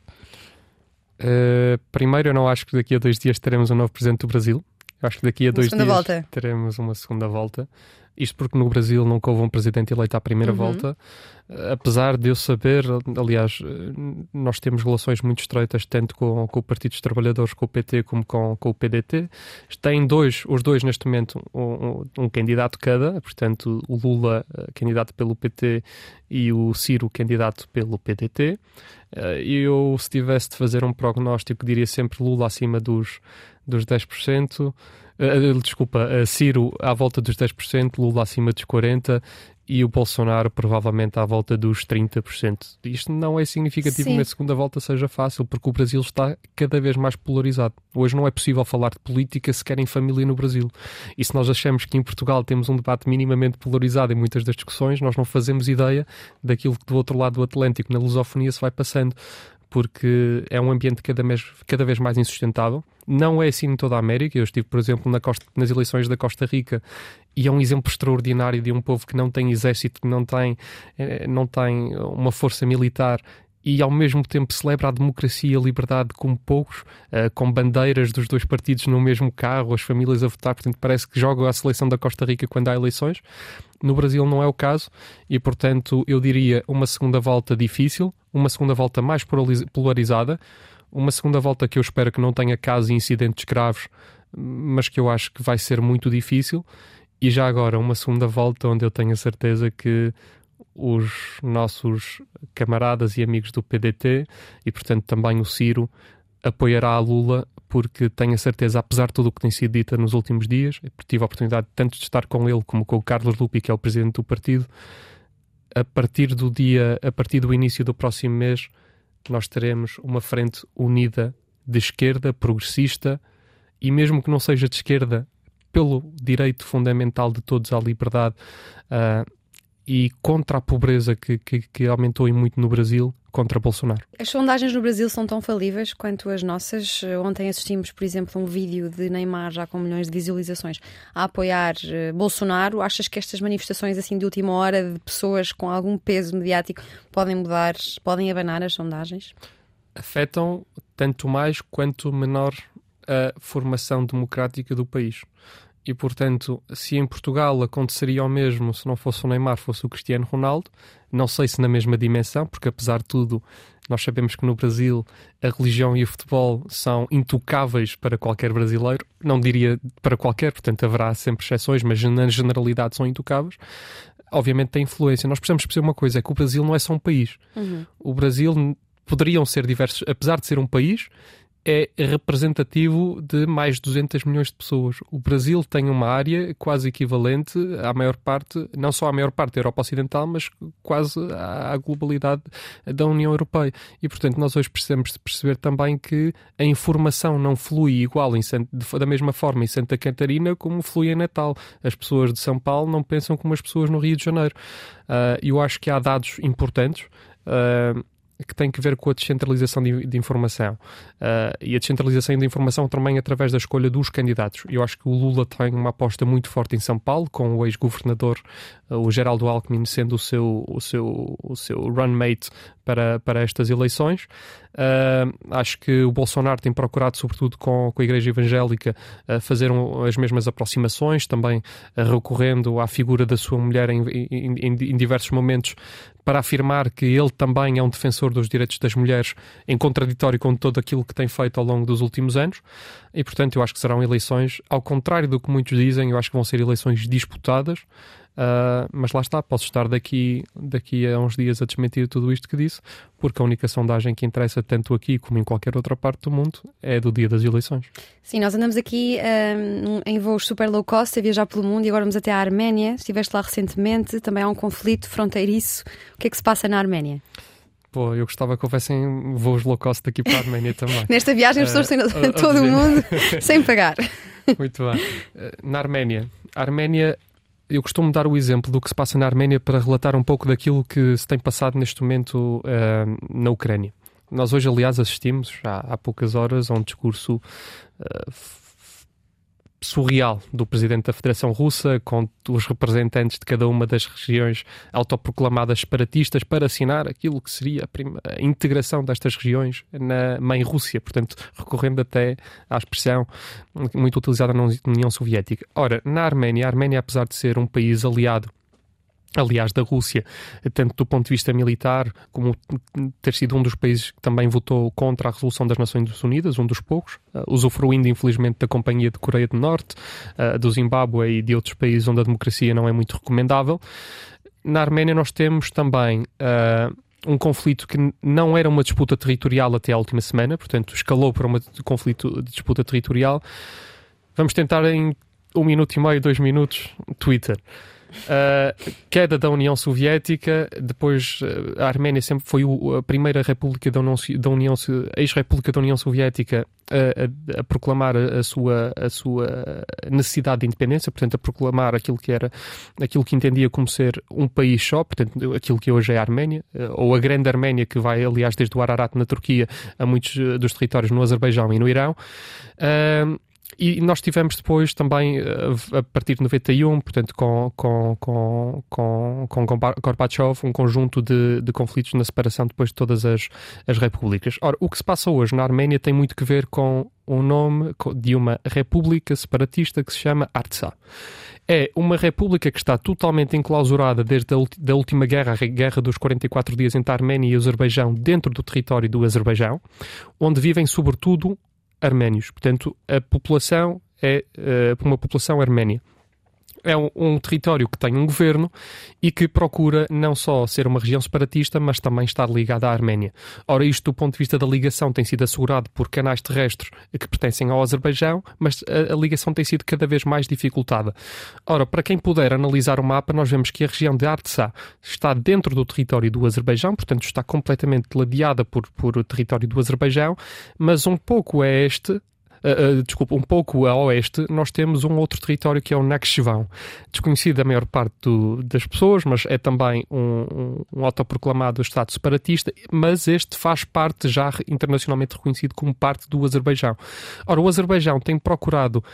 Uh, primeiro, eu não acho que daqui a dois dias teremos um novo presidente do Brasil. Eu acho que daqui a uma dois dias volta. teremos uma segunda volta. Isto porque no Brasil nunca houve um presidente eleito à primeira uhum. volta. Apesar de eu saber, aliás, nós temos relações muito estreitas tanto com, com o Partido dos Trabalhadores, com o P T, como com, com o P D T. Têm dois, os dois neste momento, um, um, um candidato cada, portanto o Lula, candidato pelo P T, e o Ciro, candidato pelo P D T. E eu, se tivesse de fazer um prognóstico, diria sempre Lula acima dos, dos dez por cento. Uh, desculpa, uh, Ciro à volta dos dez por cento, Lula acima dos quarenta por cento e o Bolsonaro provavelmente à volta dos trinta por cento. Isto não é significativo que na segunda volta seja fácil, porque o Brasil está cada vez mais polarizado. Hoje não é possível falar de política sequer em família no Brasil. E se nós achamos que em Portugal temos um debate minimamente polarizado em muitas das discussões, nós não fazemos ideia daquilo que do outro lado do Atlântico, na lusofonia, se vai passando. Porque é um ambiente cada vez, cada vez mais insustentável. Não é assim em toda a América. Eu estive, por exemplo, na Costa, nas eleições da Costa Rica e é um exemplo extraordinário de um povo que não tem exército, que não tem, não tem uma força militar e ao mesmo tempo celebra a democracia e a liberdade como poucos, com bandeiras dos dois partidos no mesmo carro, as famílias a votar. Portanto, parece que joga a seleção da Costa Rica quando há eleições. No Brasil não é o caso e, portanto, eu diria uma segunda volta difícil, uma segunda volta mais polarizada, uma segunda volta que eu espero que não tenha casos e incidentes graves, mas que eu acho que vai ser muito difícil. E já agora, uma segunda volta onde eu tenho a certeza que os nossos camaradas e amigos do P D T e, portanto, também o Ciro apoiará a Lula, porque tenho a certeza, apesar de tudo o que tem sido dito nos últimos dias, tive a oportunidade tanto de estar com ele como com o Carlos Lupi, que é o presidente do partido, a partir do dia, a partir do início do próximo mês, nós teremos uma frente unida de esquerda, progressista, e mesmo que não seja de esquerda, pelo direito fundamental de todos à liberdade, uh, e contra a pobreza que, que, que aumentou e muito no Brasil, contra Bolsonaro. As sondagens no Brasil são tão falíveis quanto as nossas. Ontem assistimos, por exemplo, a um vídeo de Neymar, já com milhões de visualizações, a apoiar uh, Bolsonaro. Achas que estas manifestações assim de última hora de pessoas com algum peso mediático podem mudar, podem abanar as sondagens? Afetam tanto mais quanto menor a formação democrática do país. E, portanto, se em Portugal aconteceria o mesmo se não fosse o Neymar, fosse o Cristiano Ronaldo, não sei se na mesma dimensão, porque apesar de tudo, nós sabemos que no Brasil a religião e o futebol são intocáveis para qualquer brasileiro, não diria para qualquer, portanto haverá sempre exceções, mas na generalidade são intocáveis. Obviamente tem influência. Nós precisamos perceber uma coisa, é que o Brasil não é só um país. Uhum. O Brasil poderiam ser diversos, apesar de ser um país, é representativo de mais de duzentos milhões de pessoas. O Brasil tem uma área quase equivalente à maior parte, não só à maior parte da Europa Ocidental, mas quase à globalidade da União Europeia. E, portanto, nós hoje precisamos de perceber também que a informação não flui igual em Santa, da mesma forma em Santa Catarina como flui em Natal. As pessoas de São Paulo não pensam como as pessoas no Rio de Janeiro. Uh, eu acho que há dados importantes Uh, que tem que ver com a descentralização de, de informação. Uh, e a descentralização de informação também através da escolha dos candidatos. Eu acho que o Lula tem uma aposta muito forte em São Paulo, com o ex-governador, uh, o Geraldo Alckmin, sendo o seu, o seu, o seu runmate para, para estas eleições. Uh, acho que o Bolsonaro tem procurado, sobretudo com, com a Igreja Evangélica, uh, fazer um, as mesmas aproximações, também uh, recorrendo à figura da sua mulher em, em, em, em diversos momentos, para afirmar que ele também é um defensor dos direitos das mulheres, em contraditório com todo aquilo que tem feito ao longo dos últimos anos. E, portanto, eu acho que serão eleições, ao contrário do que muitos dizem, eu acho que vão ser eleições disputadas. Uh, mas lá está, posso estar daqui, daqui a uns dias a desmentir tudo isto que disse, porque a única sondagem que interessa tanto aqui como em qualquer outra parte do mundo é do dia das eleições. Sim, nós andamos aqui um, em voos super low cost a viajar pelo mundo e agora vamos até à Arménia. Estiveste lá recentemente, também há um conflito fronteiriço. O que é que se passa na Arménia? Pô, eu gostava que houvessem voos low cost daqui para a Arménia também. Nesta viagem as pessoas têm uh, todo o mundo sem pagar. Muito bem. Na Arménia, a Arménia, eu costumo dar o exemplo do que se passa na Arménia para relatar um pouco daquilo que se tem passado neste momento uh, na Ucrânia. Nós hoje, aliás, assistimos há, há poucas horas a um discurso uh, surreal do Presidente da Federação Russa, com os representantes de cada uma das regiões autoproclamadas separatistas, para assinar aquilo que seria a, prima, a integração destas regiões na mãe Rússia, portanto, recorrendo até à expressão muito utilizada na União Soviética. Ora, na Arménia, a Arménia, apesar de ser um país aliado, aliás, da Rússia, tanto do ponto de vista militar, como ter sido um dos países que também votou contra a resolução das Nações Unidas, um dos poucos, uh, usufruindo, infelizmente, da Companhia de Coreia do Norte, uh, do Zimbábue e de outros países onde a democracia não é muito recomendável. Na Arménia nós temos também uh, um conflito que não era uma disputa territorial até à última semana, portanto, escalou para um conflito de disputa territorial. Vamos tentar em um minuto e meio, dois minutos, Twitter. Uh, queda da União Soviética, depois uh, a Arménia sempre foi o, a primeira república da União, da União ex-república da União Soviética a, a, a proclamar a, a, sua, a sua necessidade de independência, portanto a proclamar aquilo que era, aquilo que entendia como ser um país só, portanto aquilo que hoje é a Arménia, uh, ou a Grande Arménia, que vai aliás desde o Ararat na Turquia a muitos uh, dos territórios no Azerbaijão e no Irão. Uh, E nós tivemos depois também, a partir de noventa e um, portanto, com, com, com, com, com Gorbachev, um conjunto de, de conflitos na separação depois de todas as, as repúblicas. Ora, o que se passa hoje na Arménia tem muito que ver com o nome de uma república separatista que se chama Artsakh. É uma república que está totalmente enclausurada desde a da última guerra, a guerra dos quarenta e quatro dias entre a Arménia e o Azerbaijão, dentro do território do Azerbaijão, onde vivem sobretudo arménios. Portanto, a população é uh, uma população arménia. É um, um território que tem um governo e que procura não só ser uma região separatista, mas também estar ligada à Arménia. Ora, isto do ponto de vista da ligação tem sido assegurado por canais terrestres que pertencem ao Azerbaijão, mas a, a ligação tem sido cada vez mais dificultada. Ora, para quem puder analisar o mapa, nós vemos que a região de Artsakh está dentro do território do Azerbaijão, portanto está completamente ladeada por, por território do Azerbaijão, mas um pouco a este... Uh, uh, desculpa, um pouco a oeste, nós temos um outro território que é o Nakhchivan, desconhecido da maior parte do, das pessoas, mas é também um, um, um autoproclamado Estado separatista, mas este faz parte já internacionalmente reconhecido como parte do Azerbaijão. Ora, o Azerbaijão tem procurado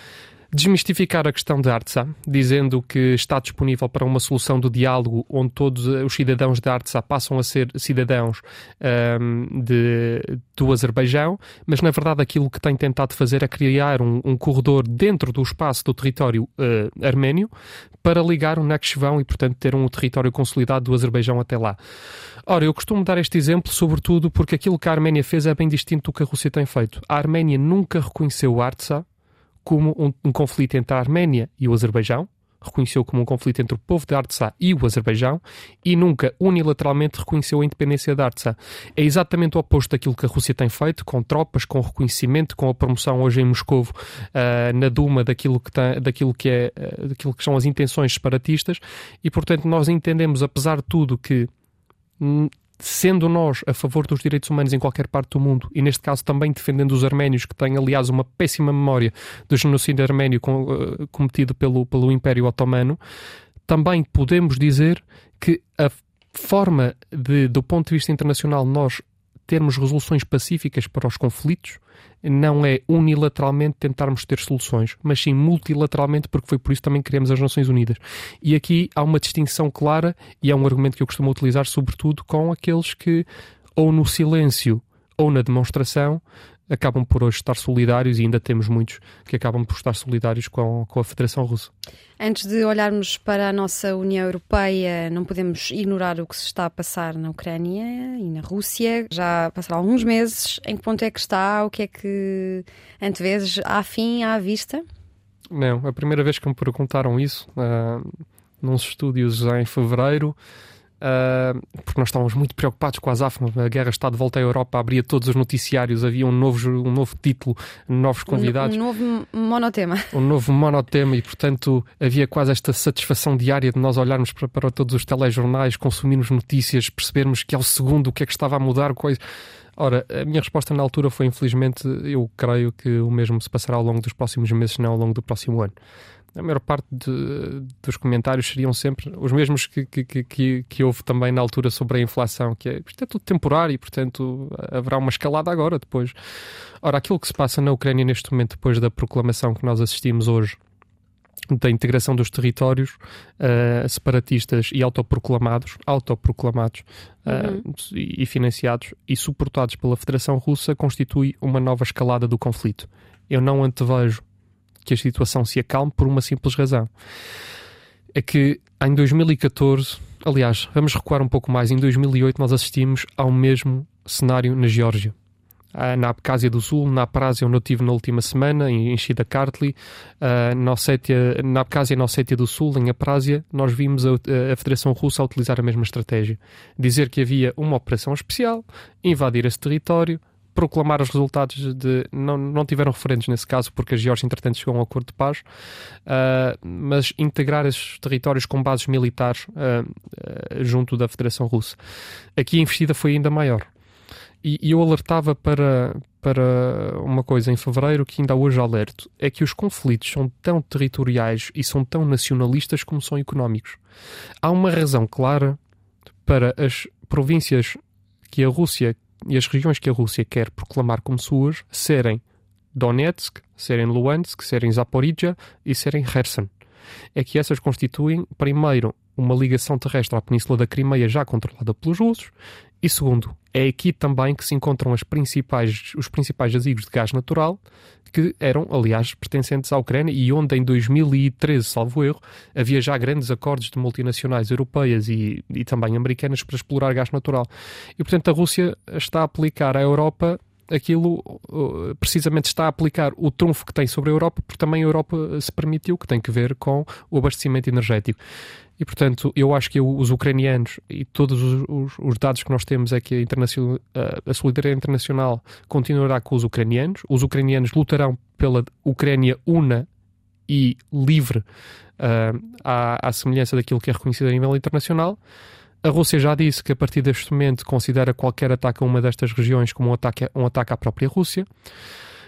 desmistificar a questão de Artsakh, dizendo que está disponível para uma solução do diálogo onde todos os cidadãos de Artsakh passam a ser cidadãos um, de, do Azerbaijão, mas na verdade aquilo que tem tentado fazer é criar um, um corredor dentro do espaço do território uh, arménio para ligar o Nakhchivan e, portanto, ter um território consolidado do Azerbaijão até lá. Ora, eu costumo dar este exemplo sobretudo porque aquilo que a Arménia fez é bem distinto do que a Rússia tem feito. A Arménia nunca reconheceu Artsakh como um, um conflito entre a Arménia e o Azerbaijão, reconheceu como um conflito entre o povo de Artsakh e o Azerbaijão, e nunca unilateralmente reconheceu a independência de Artsakh. É exatamente o oposto daquilo que a Rússia tem feito, com tropas, com reconhecimento, com a promoção hoje em Moscovo, uh, na Duma, daquilo que, tem, daquilo, que é, uh, daquilo que são as intenções separatistas, e portanto nós entendemos, apesar de tudo, que hum, sendo nós a favor dos direitos humanos em qualquer parte do mundo, e neste caso também defendendo os arménios, que têm aliás uma péssima memória do genocídio arménio com, uh, cometido pelo, pelo Império Otomano, também podemos dizer que a forma de, do ponto de vista internacional, nós termos resoluções pacíficas para os conflitos não é unilateralmente tentarmos ter soluções, mas sim multilateralmente, porque foi por isso também que criamos as Nações Unidas. E aqui há uma distinção clara, e é um argumento que eu costumo utilizar sobretudo com aqueles que, ou no silêncio ou na demonstração, acabam por hoje estar solidários, e ainda temos muitos que acabam por estar solidários com, com a Federação Russa. Antes de olharmos para a nossa União Europeia, não podemos ignorar o que se está a passar na Ucrânia e na Rússia. Já passaram alguns meses. Em que ponto é que está? O que é que antevês? Há fim à vista? Não, a primeira vez que me perguntaram isso, uh, nos estúdios em fevereiro, Uh, porque nós estávamos muito preocupados com a Azaf, a guerra está de volta à Europa, abria todos os noticiários, havia um novo, um novo título, novos convidados, um, um novo monotema um novo monotema, e portanto havia quase esta satisfação diária de nós olharmos para, para todos os telejornais, consumirmos notícias, percebermos que ao segundo o que é que estava a mudar, coisa. Ora, a minha resposta na altura foi, infelizmente, eu creio que o mesmo se passará ao longo dos próximos meses, não ao longo do próximo ano. A maior parte de, dos comentários seriam sempre os mesmos que, que, que, que houve também na altura sobre a inflação, que é, isto é tudo temporário e, portanto, haverá uma escalada agora, depois. Ora, aquilo que se passa na Ucrânia neste momento, depois da proclamação que nós assistimos hoje, da integração dos territórios uh, separatistas e autoproclamados, autoproclamados uh, uhum. e, e financiados e suportados pela Federação Russa, constitui uma nova escalada do conflito. Eu não antevejo que a situação se acalme por uma simples razão. É que em dois mil e catorze, aliás, vamos recuar um pouco mais, em dois mil e oito nós assistimos ao mesmo cenário na Geórgia. Na Abcásia do Sul, na Abcásia, onde eu estive na última semana, em Shida Kartli, na, Ossétia, na Abcásia e na Ossétia do Sul, em Abcásia, nós vimos a, a Federação Russa a utilizar a mesma estratégia. Dizer que havia uma operação especial, invadir esse território, proclamar os resultados de... Não, não tiveram referentes nesse caso, porque a Geórgia, entretanto, chegou a um acordo de paz, uh, mas integrar esses territórios com bases militares uh, uh, junto da Federação Russa. Aqui a investida foi ainda maior. E, e eu alertava para, para uma coisa em fevereiro que ainda hoje alerto, é que os conflitos são tão territoriais e são tão nacionalistas como são económicos. Há uma razão clara para as províncias que a Rússia e as regiões que a Rússia quer proclamar como suas serem Donetsk, serem Luhansk, serem Zaporizhia e serem Kherson. É que essas constituem, primeiro, uma ligação terrestre à Península da Crimeia já controlada pelos russos, e segundo, é aqui também que se encontram as principais, os principais jazigos de gás natural, que eram, aliás, pertencentes à Ucrânia, e onde em dois mil e treze, salvo erro, havia já grandes acordos de multinacionais europeias e, e também americanas para explorar gás natural. E, portanto, a Rússia está a aplicar à Europa aquilo, precisamente está a aplicar o trunfo que tem sobre a Europa, porque também a Europa se permitiu, que tem que ver com o abastecimento energético. E, portanto, eu acho que os ucranianos e todos os, os, os dados que nós temos é que a, internacional, a solidariedade internacional continuará com os ucranianos. Os ucranianos lutarão pela Ucrânia una e livre, uh, à, à semelhança daquilo que é reconhecido a nível internacional. A Rússia já disse que a partir deste momento considera qualquer ataque a uma destas regiões como um ataque, um ataque à própria Rússia.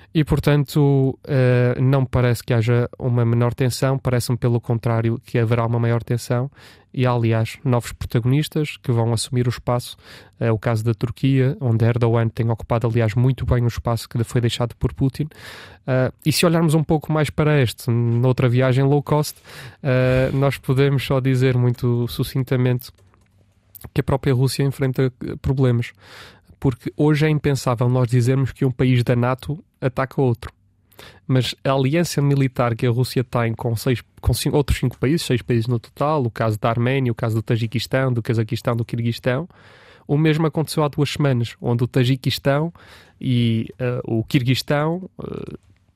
E, portanto, uh, não parece que haja uma menor tensão, parece-me, pelo contrário, que haverá uma maior tensão. E há, aliás, novos protagonistas que vão assumir o espaço. É o caso da Turquia, onde Erdogan tem ocupado, aliás, muito bem o espaço que foi deixado por Putin. Uh, e se olharmos um pouco mais para este, noutra viagem low cost, uh, nós podemos só dizer muito sucintamente que a própria Rússia enfrenta problemas. Porque hoje é impensável nós dizermos que um país da NATO ataca outro. Mas a aliança militar que a Rússia tem com, seis, com cinco, outros cinco países, seis países no total, o caso da Arménia, o caso do Tajiquistão, do Cazaquistão, do Quirguistão, o mesmo aconteceu há duas semanas, onde o Tajiquistão e uh, o Quirguistão uh,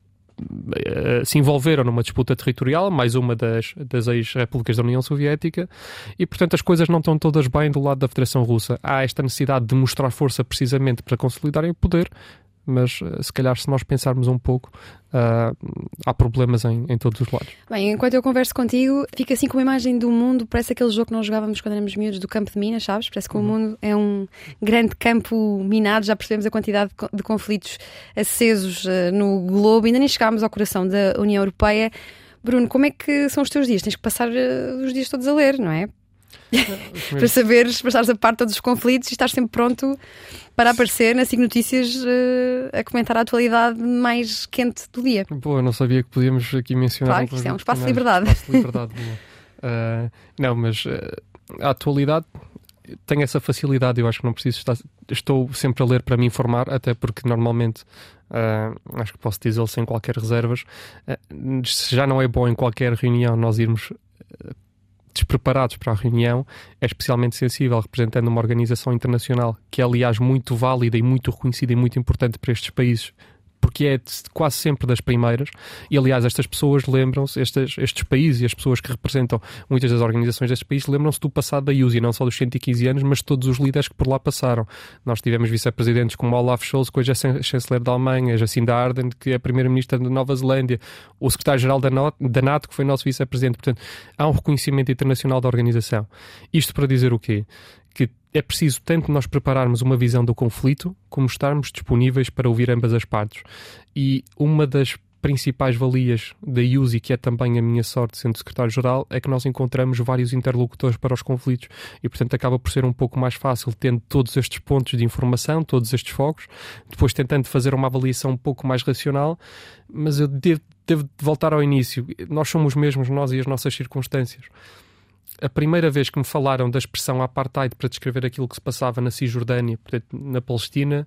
uh, se envolveram numa disputa territorial, mais uma das, das ex-repúblicas da União Soviética, e portanto as coisas não estão todas bem do lado da Federação Russa. Há esta necessidade de mostrar força precisamente para consolidarem o poder, mas se calhar se nós pensarmos um pouco, uh, há problemas em, em todos os lados. Bem, enquanto eu converso contigo, fica assim com uma imagem do mundo, parece aquele jogo que nós jogávamos quando éramos miúdos do campo de minas, sabes? Parece que uhum. o mundo é um grande campo minado, já percebemos a quantidade de conflitos acesos uh, no globo, ainda nem chegámos ao coração da União Europeia. Bruno, como é que são os teus dias? Tens que passar uh, os dias todos a ler, não é? Para saberes, para estares a par de todos os conflitos e estar sempre pronto para aparecer nas SIC Notícias uh, a comentar a atualidade mais quente do dia. Pô, eu não sabia que podíamos aqui mencionar. Claro que isto é um espaço de liberdade. Espaço de liberdade. uh, não, mas uh, a atualidade tem essa facilidade, eu acho que não preciso estar... Estou sempre a ler para me informar, até porque normalmente uh, acho que posso dizê-lo sem qualquer reservas. Uh, se já não é bom em qualquer reunião nós irmos... Uh, despreparados para a reunião, é especialmente sensível representando uma organização internacional que é, aliás, muito válida e muito reconhecida e muito importante para estes países, porque é quase sempre das primeiras. E, aliás, estas pessoas lembram-se, estes, estes países e as pessoas que representam muitas das organizações destes países lembram-se do passado da I U S I, não só dos cento e quinze anos, mas de todos os líderes que por lá passaram. Nós tivemos vice-presidentes como Olaf Scholz, que hoje é chanceler da Alemanha, Jacinda Ardern, que é primeira-ministra da Nova Zelândia, o secretário-geral da NATO, que foi nosso vice-presidente. Portanto, há um reconhecimento internacional da organização. Isto para dizer o quê? Que é preciso tanto nós prepararmos uma visão do conflito, como estarmos disponíveis para ouvir ambas as partes. E uma das principais valias da I U S I, que é também a minha sorte sendo secretário-geral, é que nós encontramos vários interlocutores para os conflitos e, portanto, acaba por ser um pouco mais fácil, tendo todos estes pontos de informação, todos estes focos, depois tentando fazer uma avaliação um pouco mais racional, mas eu devo, devo voltar ao início. Nós somos mesmos, nós e as nossas circunstâncias. A primeira vez que me falaram da expressão apartheid para descrever aquilo que se passava na Cisjordânia, portanto, na Palestina,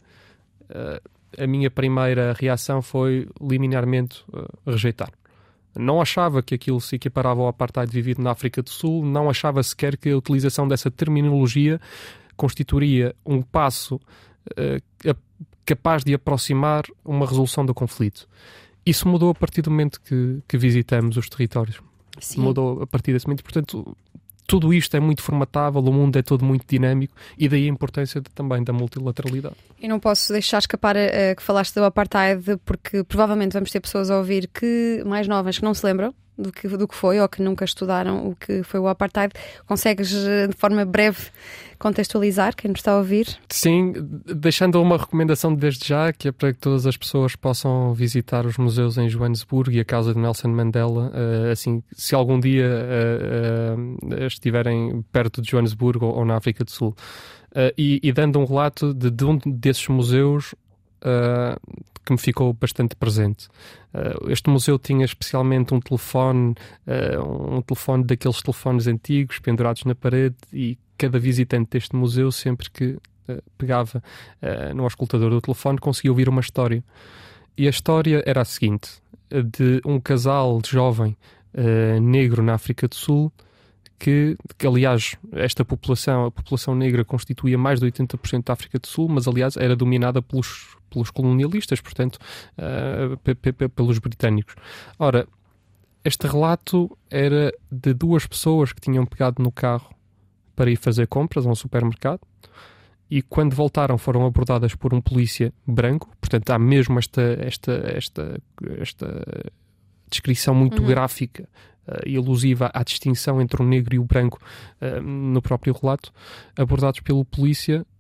a minha primeira reação foi liminarmente rejeitar. Não achava que aquilo se equiparava ao apartheid vivido na África do Sul, não achava sequer que a utilização dessa terminologia constituiria um passo uh, capaz de aproximar uma resolução do conflito. Isso mudou a partir do momento que, que visitamos os territórios. Sim. Mudou a partir desse momento. Portanto, tudo isto é muito formatável, o mundo é todo muito dinâmico e daí a importância de, também da multilateralidade. Eu não posso deixar escapar uh, que falaste do apartheid, porque provavelmente vamos ter pessoas a ouvir que, mais novas que não se lembram do que, do que foi ou que nunca estudaram o que foi o apartheid. Consegues, de forma breve, contextualizar quem nos está a ouvir? Sim, deixando uma recomendação desde já, que é para que todas as pessoas possam visitar os museus em Joanesburgo e a casa de Nelson Mandela, uh, assim, se algum dia uh, uh, estiverem perto de Joanesburgo ou, ou na África do Sul. Uh, e, e dando um relato de, de um desses museus uh, que me ficou bastante presente. Uh, este museu tinha especialmente um telefone, uh, um telefone daqueles telefones antigos, pendurados na parede, e cada visitante deste museu, sempre que uh, pegava uh, no auscultador do telefone, conseguia ouvir uma história. E a história era a seguinte, de um casal jovem uh, negro na África do Sul, que, que, aliás, esta população, a população negra constituía mais de oitenta por cento da África do Sul, mas, aliás, era dominada pelos, pelos colonialistas, portanto, uh, p- p- pelos britânicos. Ora, este relato era de duas pessoas que tinham pegado no carro para ir fazer compras a um supermercado e, quando voltaram, foram abordadas por um polícia branco. Portanto, há mesmo esta, esta, esta, esta descrição muito uhum. gráfica e alusiva à distinção entre o negro e o branco uh, no próprio relato, abordados pelo polícia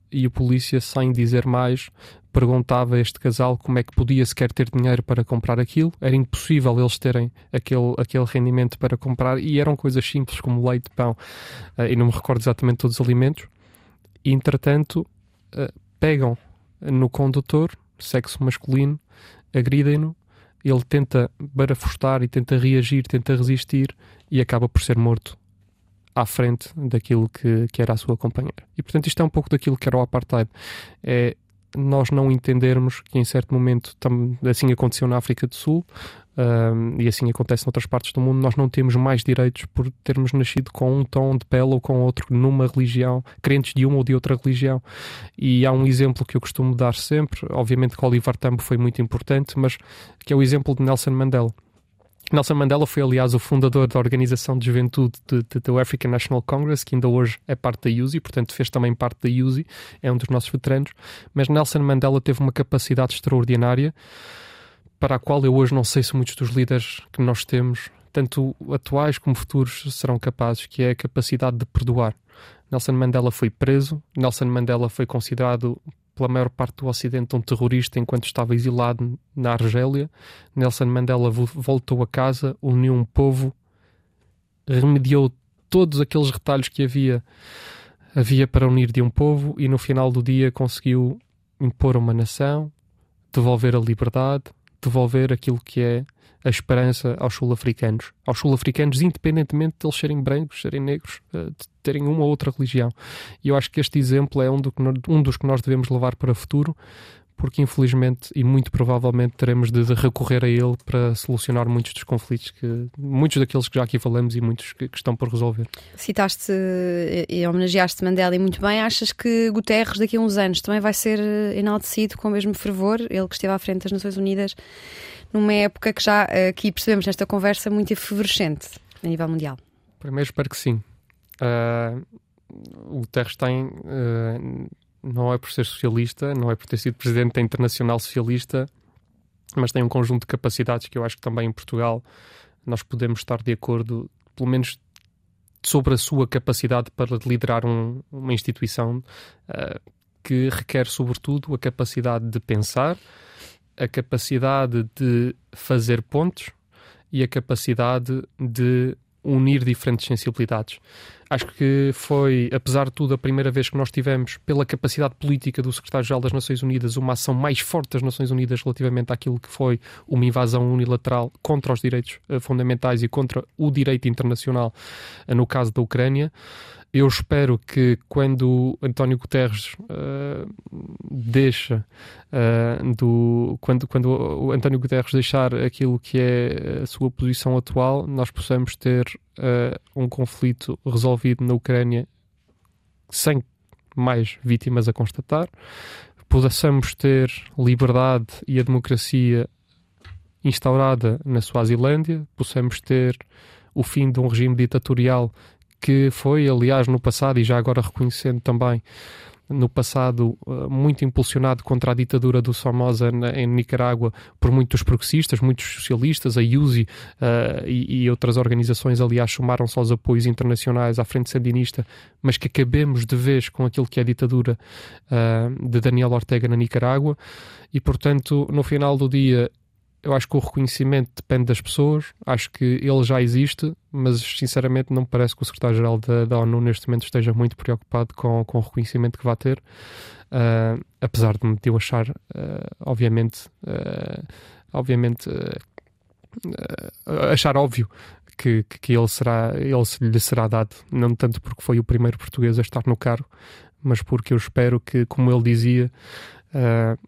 e a polícia, sem dizer mais, perguntava a este casal como é que podia sequer ter dinheiro para comprar aquilo. Era impossível eles terem aquele, aquele rendimento para comprar, e eram coisas simples como leite, pão, uh, e não me recordo exatamente todos os alimentos. E, entretanto, uh, pegam no condutor, sexo masculino, agridem-no, ele tenta barafustar e tenta reagir, tenta resistir e acaba por ser morto à frente daquilo que, que era a sua companheira. E, portanto, isto é um pouco daquilo que era o apartheid. É nós não entendermos que, em certo momento, tam, assim aconteceu na África do Sul, um, e assim acontece noutras partes do mundo, nós não temos mais direitos por termos nascido com um tom de pele ou com outro, numa religião, crentes de uma ou de outra religião. E há um exemplo que eu costumo dar sempre, obviamente que Oliver Tambo foi muito importante, mas que é o exemplo de Nelson Mandela. Nelson Mandela foi, aliás, o fundador da Organização de Juventude do African National Congress, que ainda hoje é parte da U S I, portanto fez também parte da U S I, é um dos nossos veteranos. Mas Nelson Mandela teve uma capacidade extraordinária, para a qual eu hoje não sei se muitos dos líderes que nós temos, tanto atuais como futuros, serão capazes, que é a capacidade de perdoar. Nelson Mandela foi preso, Nelson Mandela foi considerado pela maior parte do Ocidente um terrorista enquanto estava exilado na Argélia. Nelson Mandela voltou a casa, uniu um povo, remediou todos aqueles retalhos que havia, havia para unir de um povo, e no final do dia conseguiu impor uma nação, devolver a liberdade, devolver aquilo que é a esperança aos sul-africanos. Aos sul-africanos, independentemente de eles serem brancos, serem negros, de terem uma ou outra religião. E eu acho que este exemplo é um, do que nós, um dos que nós devemos levar para o futuro, porque infelizmente e muito provavelmente teremos de, de recorrer a ele para solucionar muitos dos conflitos, que, muitos daqueles que já aqui falamos e muitos que, que estão por resolver. Citaste e homenageaste Mandela, e muito bem. Achas que Guterres daqui a uns anos também vai ser enaltecido com o mesmo fervor? Ele que esteve à frente das Nações Unidas numa época que já aqui percebemos nesta conversa muito efervescente a nível mundial. Primeiro espero que sim. Uh, o Guterres tem... Uh, não é por ser socialista, não é por ter sido presidente da Internacional Socialista, mas tem um conjunto de capacidades que eu acho que também em Portugal nós podemos estar de acordo, pelo menos sobre a sua capacidade para liderar um, uma instituição uh, que requer sobretudo a capacidade de pensar, a capacidade de fazer pontos e a capacidade de unir diferentes sensibilidades. Acho que foi, apesar de tudo, a primeira vez que nós tivemos, pela capacidade política do secretário-geral das Nações Unidas, uma ação mais forte das Nações Unidas relativamente àquilo que foi uma invasão unilateral contra os direitos uh, fundamentais e contra o direito internacional, uh, no caso da Ucrânia. Eu espero que quando António Guterres uh, deixa uh, do, quando, quando o António Guterres deixar aquilo que é a sua posição atual, nós possamos ter uh, um conflito resolvido na Ucrânia sem mais vítimas a constatar, possamos ter liberdade e a democracia instaurada na Suazilândia, possamos ter o fim de um regime ditatorial que foi, aliás, no passado, e já agora reconhecendo também, no passado, muito impulsionado contra a ditadura do Somoza na, em Nicarágua por muitos progressistas, muitos socialistas, a U S I uh, e, e outras organizações, aliás, somaram-se aos apoios internacionais à Frente Sandinista, mas que acabemos de vez com aquilo que é a ditadura uh, de Daniel Ortega na Nicarágua. E, portanto, no final do dia, eu acho que o reconhecimento depende das pessoas, acho que ele já existe, mas sinceramente não me parece que o secretário-geral da, da ONU neste momento esteja muito preocupado com, com o reconhecimento que vai ter, uh, apesar de, de eu achar, uh, obviamente, uh, obviamente uh, uh, achar óbvio que, que, que ele, será, ele lhe será dado, não tanto porque foi o primeiro português a estar no cargo, mas porque eu espero que, como ele dizia, uh,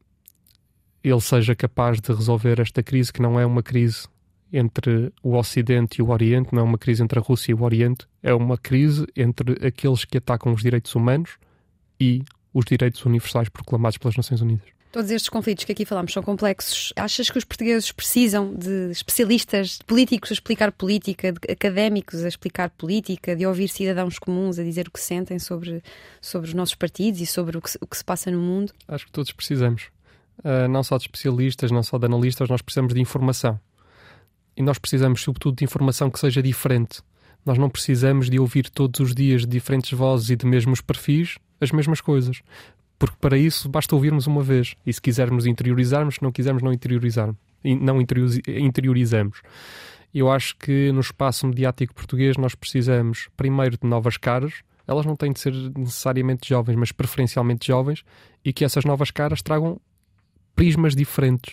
ele seja capaz de resolver esta crise, que não é uma crise entre o Ocidente e o Oriente, não é uma crise entre a Rússia e o Oriente, é uma crise entre aqueles que atacam os direitos humanos e os direitos universais proclamados pelas Nações Unidas. Todos estes conflitos que aqui falamos são complexos. Achas que os portugueses precisam de especialistas, de políticos a explicar política, de académicos a explicar política, de ouvir cidadãos comuns a dizer o que sentem sobre, sobre os nossos partidos e sobre o que, o que se passa no mundo? Acho que todos precisamos. Uh, não só de especialistas, não só de analistas, nós precisamos de informação. E nós precisamos, sobretudo, de informação que seja diferente. Nós não precisamos de ouvir todos os dias diferentes vozes e de mesmos perfis. as mesmas coisas. Porque para isso basta ouvirmos uma vez. E se quisermos interiorizarmos, se não quisermos não interiorizarmos. Não interiorizamos. Eu acho que no espaço mediático português nós precisamos primeiro de novas caras. Elas não têm de ser necessariamente jovens, mas preferencialmente jovens, e que essas novas caras tragam prismas diferentes.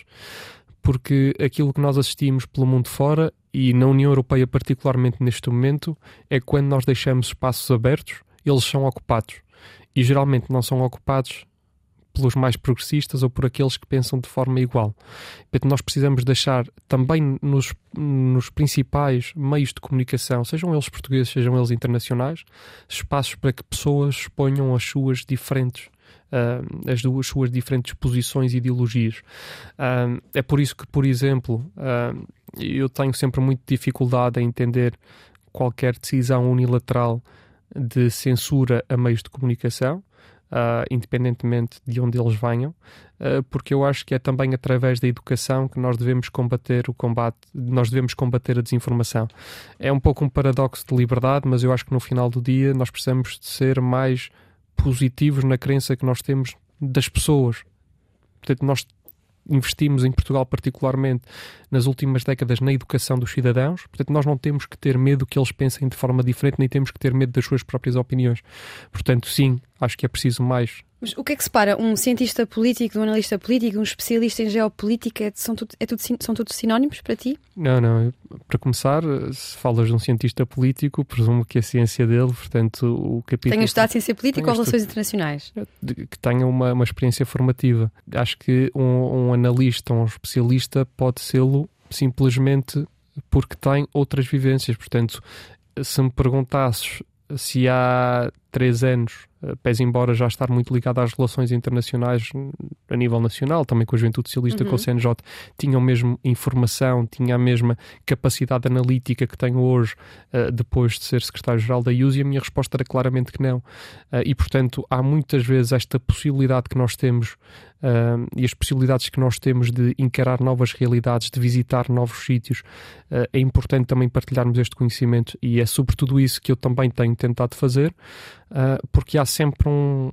Porque aquilo que nós assistimos pelo mundo fora, e na União Europeia particularmente neste momento, é que quando nós deixamos espaços abertos, eles são ocupados. E geralmente não são ocupados pelos mais progressistas ou por aqueles que pensam de forma igual. Portanto, nós precisamos deixar também nos, nos principais meios de comunicação, sejam eles portugueses, sejam eles internacionais, espaços para que pessoas exponham as suas diferentes Uh, as duas suas diferentes posições e ideologias. Uh, é por isso que, por exemplo, uh, eu tenho sempre muita dificuldade em entender qualquer decisão unilateral de censura a meios de comunicação, uh, independentemente de onde eles venham, uh, porque eu acho que é também através da educação que nós devemos combater o combate, nós devemos combater a desinformação. É um pouco um paradoxo de liberdade, mas eu acho que no final do dia nós precisamos de ser mais positivos na crença que nós temos das pessoas. Portanto, nós investimos em Portugal particularmente nas últimas décadas na educação dos cidadãos, portanto nós não temos que ter medo que eles pensem de forma diferente, nem temos que ter medo das suas próprias opiniões. Portanto, sim, acho que é preciso mais. Mas o que é que separa um cientista político de um analista político, um especialista em geopolítica? São tudo, é tudo, são todos sinónimos para ti? Não, não. Para começar, se falas de um cientista político, presumo que a ciência dele, portanto, o capítulo... Tenha estudado ciência política ou relações internacionais? Que tenha uma, uma experiência formativa. Acho que um, um analista, um especialista pode sê-lo simplesmente porque tem outras vivências. Portanto, se me perguntasses se há três anos, pese embora já estar muito ligado às relações internacionais a nível nacional, também com a Juventude Socialista, uhum. com o C N J, tinham mesmo informação, tinha a mesma capacidade analítica que tenho hoje, uh, depois de ser secretário-geral da I U S, e a minha resposta era claramente que não. Uh, e, portanto, há muitas vezes esta possibilidade que nós temos uh, e as possibilidades que nós temos de encarar novas realidades, de visitar novos sítios. Uh, é importante também partilharmos este conhecimento, e é sobretudo isso que eu também tenho tentado fazer, uh, porque há sempre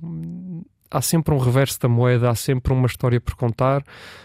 um há sempre um reverso da moeda, há sempre uma história por contar,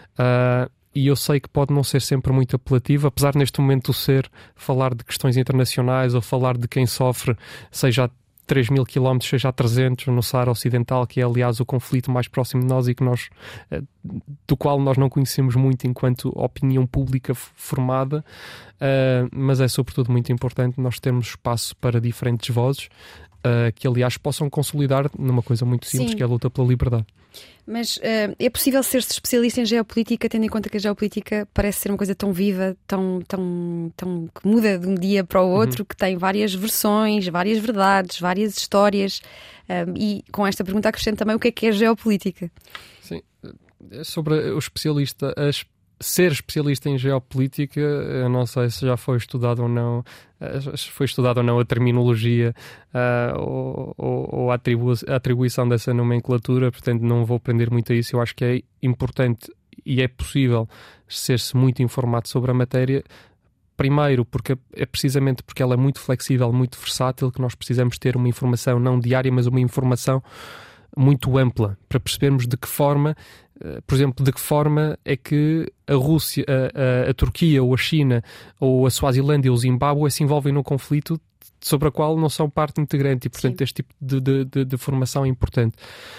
uh, e eu sei que pode não ser sempre muito apelativo, apesar neste momento ser falar de questões internacionais ou falar de quem sofre, seja a três mil quilómetros, seja a trezentos no Saara Ocidental, que é aliás o conflito mais próximo de nós e que nós, uh, do qual nós não conhecemos muito enquanto opinião pública formada, uh, mas é sobretudo muito importante nós termos espaço para diferentes vozes, Uh, que aliás possam consolidar numa coisa muito simples, Sim. que é a luta pela liberdade. Mas uh, é possível ser-se especialista em geopolítica, tendo em conta que a geopolítica parece ser uma coisa tão viva, tão, tão, tão que muda de um dia para o outro, uhum. que tem várias versões, várias verdades, várias histórias, um, e com esta pergunta acrescento também o que é que é geopolítica. Sim, sobre o especialista, as ser especialista em geopolítica, eu não sei se já foi estudado ou não, se foi estudado ou não a terminologia uh, ou, ou, ou a, atribu- a atribuição dessa nomenclatura, portanto não vou prender muito a isso. Eu acho que é importante e é possível ser-se muito informado sobre a matéria, primeiro porque é precisamente porque ela é muito flexível, muito versátil, que nós precisamos ter uma informação não diária, mas uma informação muito ampla, para percebermos de que forma, por exemplo, de que forma é que a Rússia, a, a, a Turquia ou a China ou a Suazilândia ou o Zimbábue se envolvem num conflito sobre a qual não são parte integrante, e portanto Sim. este tipo de, de, de, de formação é importante.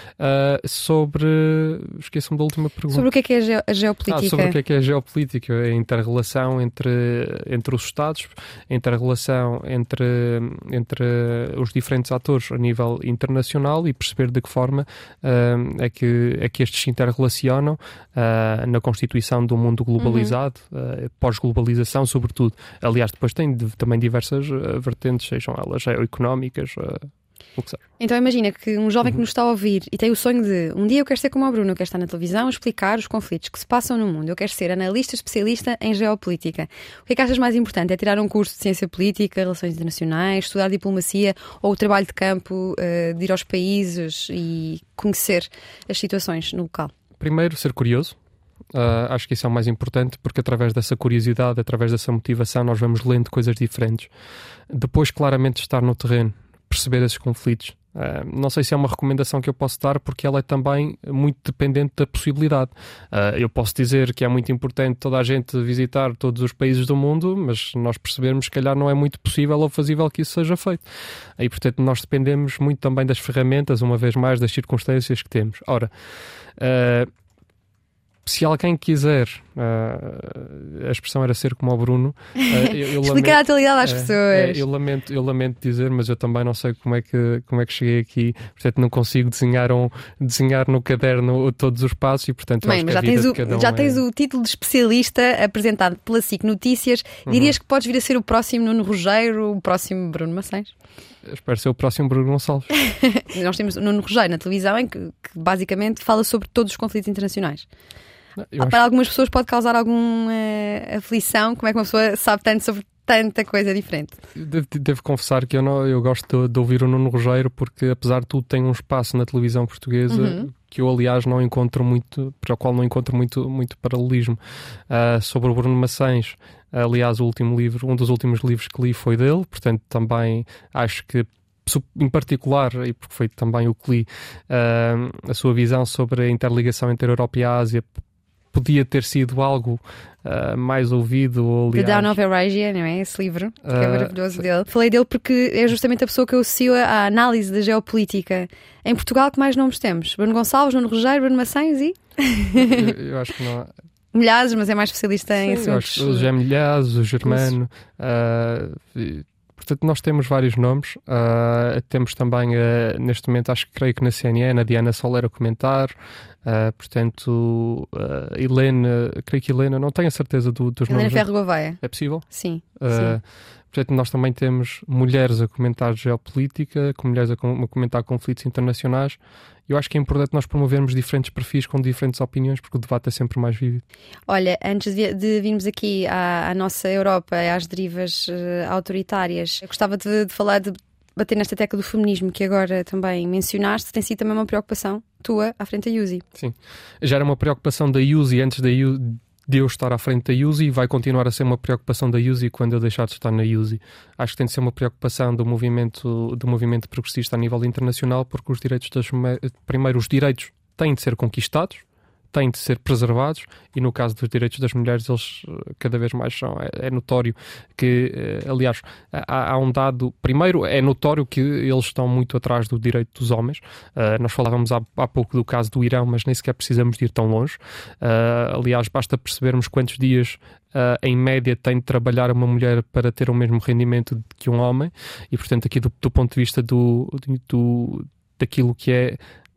Uh, sobre... Esqueçam-me da última pergunta. Sobre o que é que é a geopolítica? Ah, sobre o que é que é a geopolítica, a inter-relação entre, entre os Estados, a inter-relação entre, entre os diferentes atores a nível internacional, e perceber de que forma uh, é, que, é que estes se inter-relacionam uh, na constituição de um mundo globalizado, uhum. uh, pós-globalização sobretudo. Aliás, depois tem de, também diversas uh, vertentes, sejam elas geoeconómicas, uh, o que seja. Então imagina que um jovem uhum. que nos está a ouvir e tem o sonho de um dia eu quero ser como o Bruno, eu quero estar na televisão a explicar os conflitos que se passam no mundo, eu quero ser analista especialista em geopolítica. O que é que achas mais importante? É tirar um curso de ciência política, relações internacionais, estudar diplomacia, ou o trabalho de campo, uh, de ir aos países e conhecer as situações no local? Primeiro, ser curioso. Uh, acho que isso é o mais importante, porque através dessa curiosidade, através dessa motivação, nós vamos lendo coisas diferentes. Depois, claramente, estar no terreno, perceber esses conflitos. Uh, não sei se é uma recomendação que eu posso dar, porque ela é também muito dependente da possibilidade. Uh, eu posso dizer que é muito importante toda a gente visitar todos os países do mundo, mas nós percebermos que, calhar, não é muito possível ou fazível que isso seja feito. E, portanto, nós dependemos muito também das ferramentas, uma vez mais, das circunstâncias que temos. Ora, uh, se alguém quiser, uh, a expressão era ser como o Bruno, uh, eu, eu explicar lamento, a atualidade às uh, pessoas. Uh, eu, lamento, eu lamento dizer, mas eu também não sei como é que, como é que cheguei aqui, portanto não consigo desenhar, um, desenhar no caderno todos os passos e, portanto, Bem, mas já, tens o, um já tens é... o título de especialista apresentado pela S I C Notícias. Dirias uhum. que podes vir a ser o próximo Nuno Rogério, o próximo Bruno Maçães? Eu espero ser o próximo Bruno Gonçalves. Nós temos o Nuno Rogério na televisão, em que, que basicamente fala sobre todos os conflitos internacionais. Ah, para algumas pessoas pode causar alguma uh, aflição. Como é que uma pessoa sabe tanto sobre tanta coisa diferente? Devo, devo confessar que eu, não, eu gosto de, de ouvir o Nuno Rogério, porque apesar de tudo tem um espaço na televisão portuguesa uhum. que eu, aliás, não encontro muito, para o qual não encontro muito, muito paralelismo. Uh, sobre o Bruno Maçães, aliás, o último livro, um dos últimos livros que li foi dele, portanto também acho que, em particular, e porque foi também o que li, uh, a sua visão sobre a interligação entre a Europa e a Ásia podia ter sido algo uh, mais ouvido. Ou, aliás, The Dawn of Eurasia, não é? Esse livro, que uh, é maravilhoso dele. Falei dele porque é justamente a pessoa que eu associo à análise da geopolítica. Em Portugal, que mais nomes temos? Bruno Gonçalves, Nuno Rogério, Bruno Maçães e... eu, eu acho que não há... Milhares, mas é mais especialista em Sim, assuntos. Eu acho que o José Milhares, o Germano... Uh, portanto, nós temos vários nomes. Uh, temos também, uh, neste momento, acho que creio que na C N N, a Diana Soler a comentar. Uh, portanto, uh, Helena, creio que Helena, não tenho a certeza do, dos Helena nomes. Helena Ferro Gouveia. É possível? Sim, uh, sim. Portanto, nós também temos mulheres a comentar geopolítica, com mulheres a, com, a comentar conflitos internacionais. Eu acho que é importante nós promovermos diferentes perfis com diferentes opiniões, porque o debate é sempre mais vívido. Olha, antes de, de virmos aqui à, à nossa Europa, às derivas uh, autoritárias, eu gostava de, de falar, de bater nesta tecla do feminismo, que agora também mencionaste. Tem sido também uma preocupação tua à frente da U S I. Sim, já era uma preocupação da U S I antes da U S I, de eu estar à frente da U S I, e vai continuar a ser uma preocupação da U S I quando eu deixar de estar na U S I. Acho que tem de ser uma preocupação do movimento, do movimento progressista a nível internacional, porque os direitos das primeiro os direitos têm de ser conquistados, têm de ser preservados, e no caso dos direitos das mulheres eles cada vez mais são. É, é notório que, aliás, há, há um dado, primeiro é notório que eles estão muito atrás do direito dos homens. Uh, nós falávamos há, há pouco do caso do Irão, mas nem sequer precisamos de ir tão longe. Uh, aliás, basta percebermos quantos dias Uh, em média tem de trabalhar uma mulher para ter o mesmo rendimento que um homem, e portanto aqui do, do ponto de vista do, do, daquilo que é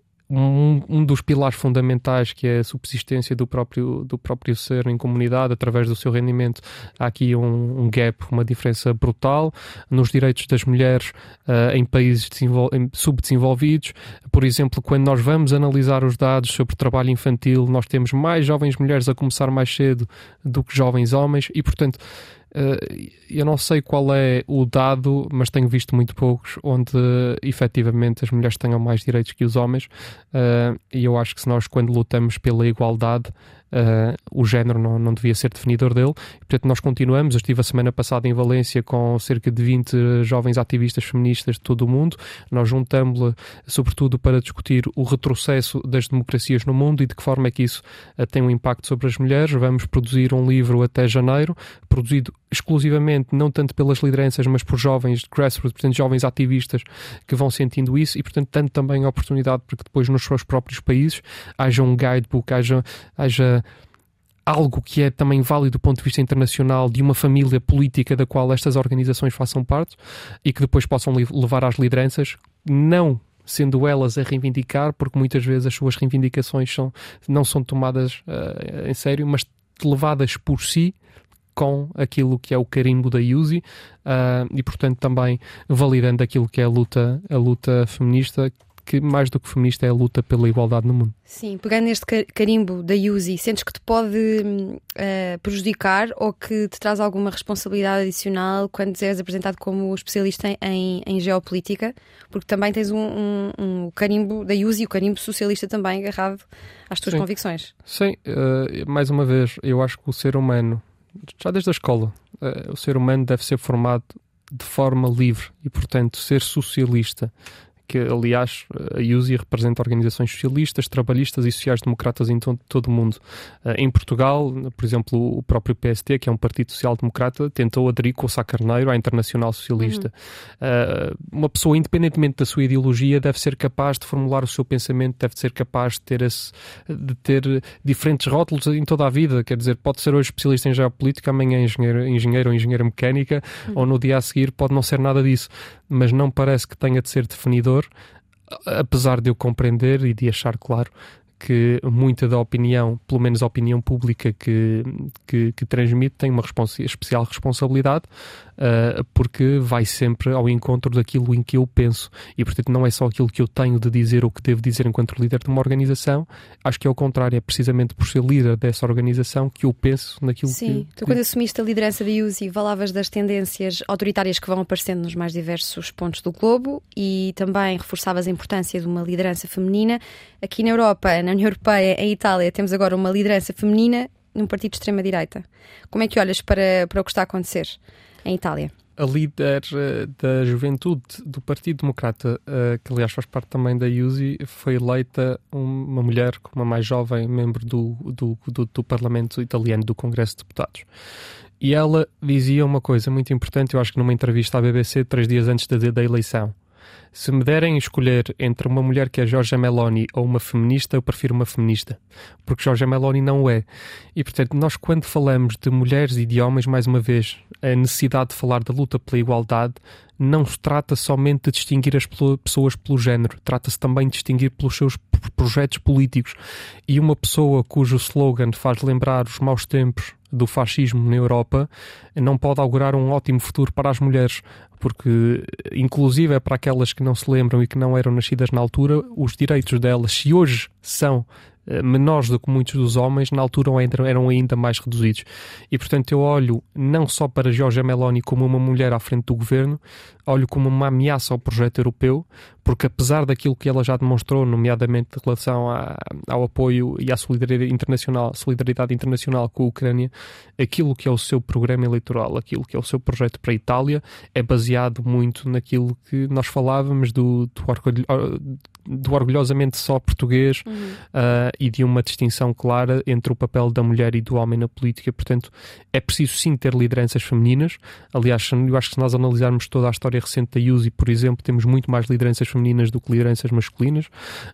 Um, um dos pilares fundamentais, que é a subsistência do próprio, do próprio ser em comunidade através do seu rendimento, há aqui um, um gap, uma diferença brutal nos direitos das mulheres uh, em países em subdesenvolvidos. Por exemplo, quando nós vamos analisar os dados sobre trabalho infantil, nós temos mais jovens mulheres a começar mais cedo do que jovens homens, e portanto Uh, eu não sei qual é o dado, mas tenho visto muito poucos onde uh, efetivamente as mulheres tenham mais direitos que os homens, uh, e eu acho que se nós, quando lutamos pela igualdade, Uh, o género não, não devia ser definidor dele. E, portanto, nós continuamos. Eu estive a semana passada em Valência com cerca de vinte jovens ativistas feministas de todo o mundo. Nós juntamos-la sobretudo para discutir o retrocesso das democracias no mundo e de que forma é que isso uh, tem um impacto sobre as mulheres. Vamos produzir um livro até janeiro, produzido exclusivamente, não tanto pelas lideranças, mas por jovens de grassroots, portanto, jovens ativistas que vão sentindo isso, e, portanto, dando também a oportunidade para que depois nos seus próprios países haja um guidebook, haja, haja algo que é também válido do ponto de vista internacional, de uma família política da qual estas organizações façam parte, e que depois possam levar às lideranças, não sendo elas a reivindicar, porque muitas vezes as suas reivindicações são, não são tomadas uh, em sério, mas levadas por si, com aquilo que é o carimbo da U S I, uh, e portanto também validando aquilo que é a luta, a luta feminista, que mais do que feminista é a luta pela igualdade no mundo. Sim, pegando neste carimbo da U S I, sentes que te pode uh, prejudicar, ou que te traz alguma responsabilidade adicional quando és apresentado como especialista em, em geopolítica? Porque também tens um, um, um carimbo da U S I, o carimbo socialista também agarrado às tuas Sim. convicções. Sim, uh, mais uma vez, eu acho que o ser humano, já desde a escola, uh, o ser humano deve ser formado de forma livre e, portanto, ser socialista, que aliás a I U S I representa organizações socialistas, trabalhistas e sociais-democratas em to- todo o mundo. Uh, em Portugal, por exemplo, o próprio P S D, que é um partido social-democrata, tentou aderir com o Sá Carneiro à Internacional Socialista. Uhum. Uh, uma pessoa, independentemente da sua ideologia, deve ser capaz de formular o seu pensamento, deve ser capaz de ter, esse, de ter diferentes rótulos em toda a vida. Quer dizer, pode ser hoje especialista em geopolítica, amanhã engenheiro, engenheiro ou engenheira mecânica, uhum. ou no dia a seguir pode não ser nada disso. Mas não parece que tenha de ser definidor, apesar de eu compreender e de achar claro que muita da opinião, pelo menos a opinião pública que, que, que transmite, tem uma responsa- especial responsabilidade, uh, porque vai sempre ao encontro daquilo em que eu penso. E, portanto, não é só aquilo que eu tenho de dizer ou que devo dizer enquanto líder de uma organização. Acho que é o contrário, é precisamente por ser líder dessa organização que eu penso naquilo Sim. que... Sim, tu quando assumiste a liderança da I U S I falavas das tendências autoritárias que vão aparecendo nos mais diversos pontos do globo e também reforçavas a importância de uma liderança feminina. Aqui na Europa, na União Europeia, em Itália, temos agora uma liderança feminina num partido de extrema-direita. Como é que olhas para, para o que está a acontecer em Itália? A líder uh, da juventude do Partido Democrata, uh, que aliás faz parte também da I U S I, foi eleita uma mulher, uma mais jovem membro do, do, do, do Parlamento italiano, do Congresso de Deputados. E ela dizia uma coisa muito importante, eu acho que numa entrevista à B B C, três dias antes da, da eleição. Se me derem a escolher entre uma mulher que é Giorgia Meloni ou uma feminista, eu prefiro uma feminista. Porque Giorgia Meloni não é. E, portanto, nós quando falamos de mulheres e de homens, mais uma vez, a necessidade de falar da luta pela igualdade não se trata somente de distinguir as pessoas pelo género. Trata-se também de distinguir pelos seus projetos políticos. E uma pessoa cujo slogan faz lembrar os maus tempos do fascismo na Europa não pode augurar um ótimo futuro para as mulheres, porque inclusive é para aquelas que não se lembram e que não eram nascidas na altura, os direitos delas, se hoje são menores do que muitos dos homens, na altura eram ainda mais reduzidos. E, portanto, eu olho não só para Giorgia Meloni como uma mulher à frente do governo, olho como uma ameaça ao projeto europeu, porque apesar daquilo que ela já demonstrou, nomeadamente em relação a, ao apoio e à solidariedade internacional, solidariedade internacional com a Ucrânia, aquilo que é o seu programa eleitoral, aquilo que é o seu projeto para a Itália, é baseado muito naquilo que nós falávamos do, do, orgulho, do orgulhosamente só português, uhum. uh, e de uma distinção clara entre o papel da mulher e do homem na política. Portanto, é preciso sim ter lideranças femininas. Aliás, eu acho que se nós analisarmos toda a história recente da I U S I, por exemplo, temos muito mais lideranças femininas do que lideranças masculinas,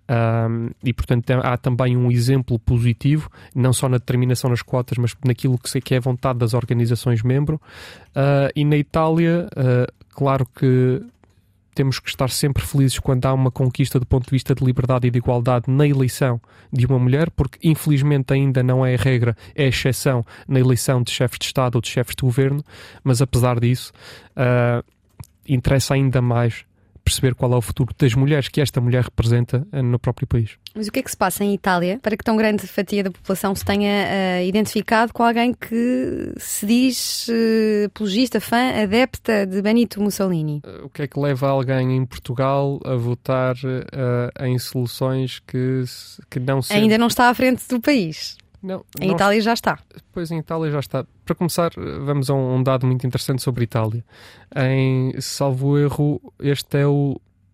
um, e portanto há também um exemplo positivo, não só na determinação das cotas, mas naquilo que, que é a vontade das organizações membro. Uh, e na Itália, uh, claro que temos que estar sempre felizes quando há uma conquista do ponto de vista de liberdade e de igualdade na eleição de uma mulher, porque infelizmente ainda não é a regra, é a exceção na eleição de chefes de Estado ou de chefes de governo, mas apesar disso, uh, interessa ainda mais perceber qual é o futuro das mulheres que esta mulher representa no próprio país. Mas o que é que se passa em Itália para que tão grande fatia da população se tenha uh, identificado com alguém que se diz uh, apologista, fã, adepta de Benito Mussolini? O que é que leva alguém em Portugal a votar uh, em soluções que, que não se... Ainda não está à frente do país? Não, em nós... Itália já está. Pois, em Itália já está. Para começar, vamos a um dado muito interessante sobre a Itália. Em salvo erro, este é o...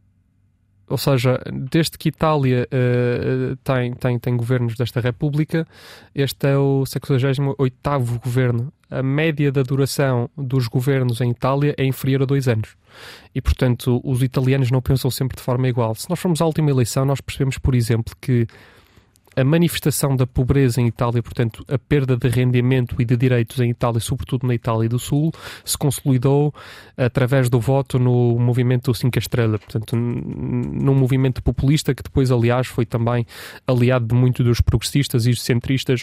Ou seja, desde que Itália uh, tem, tem, tem governos desta República, este é o sexagésimo oitavo governo. A média da duração dos governos em Itália é inferior a dois anos. E, portanto, os italianos não pensam sempre de forma igual. Se nós formos à última eleição, nós percebemos, por exemplo, que a manifestação da pobreza em Itália, portanto, a perda de rendimento e de direitos em Itália, sobretudo na Itália do Sul, se consolidou através do voto no movimento Cinque Stelle, portanto, num movimento populista que depois, aliás, foi também aliado de muitos dos progressistas e dos centristas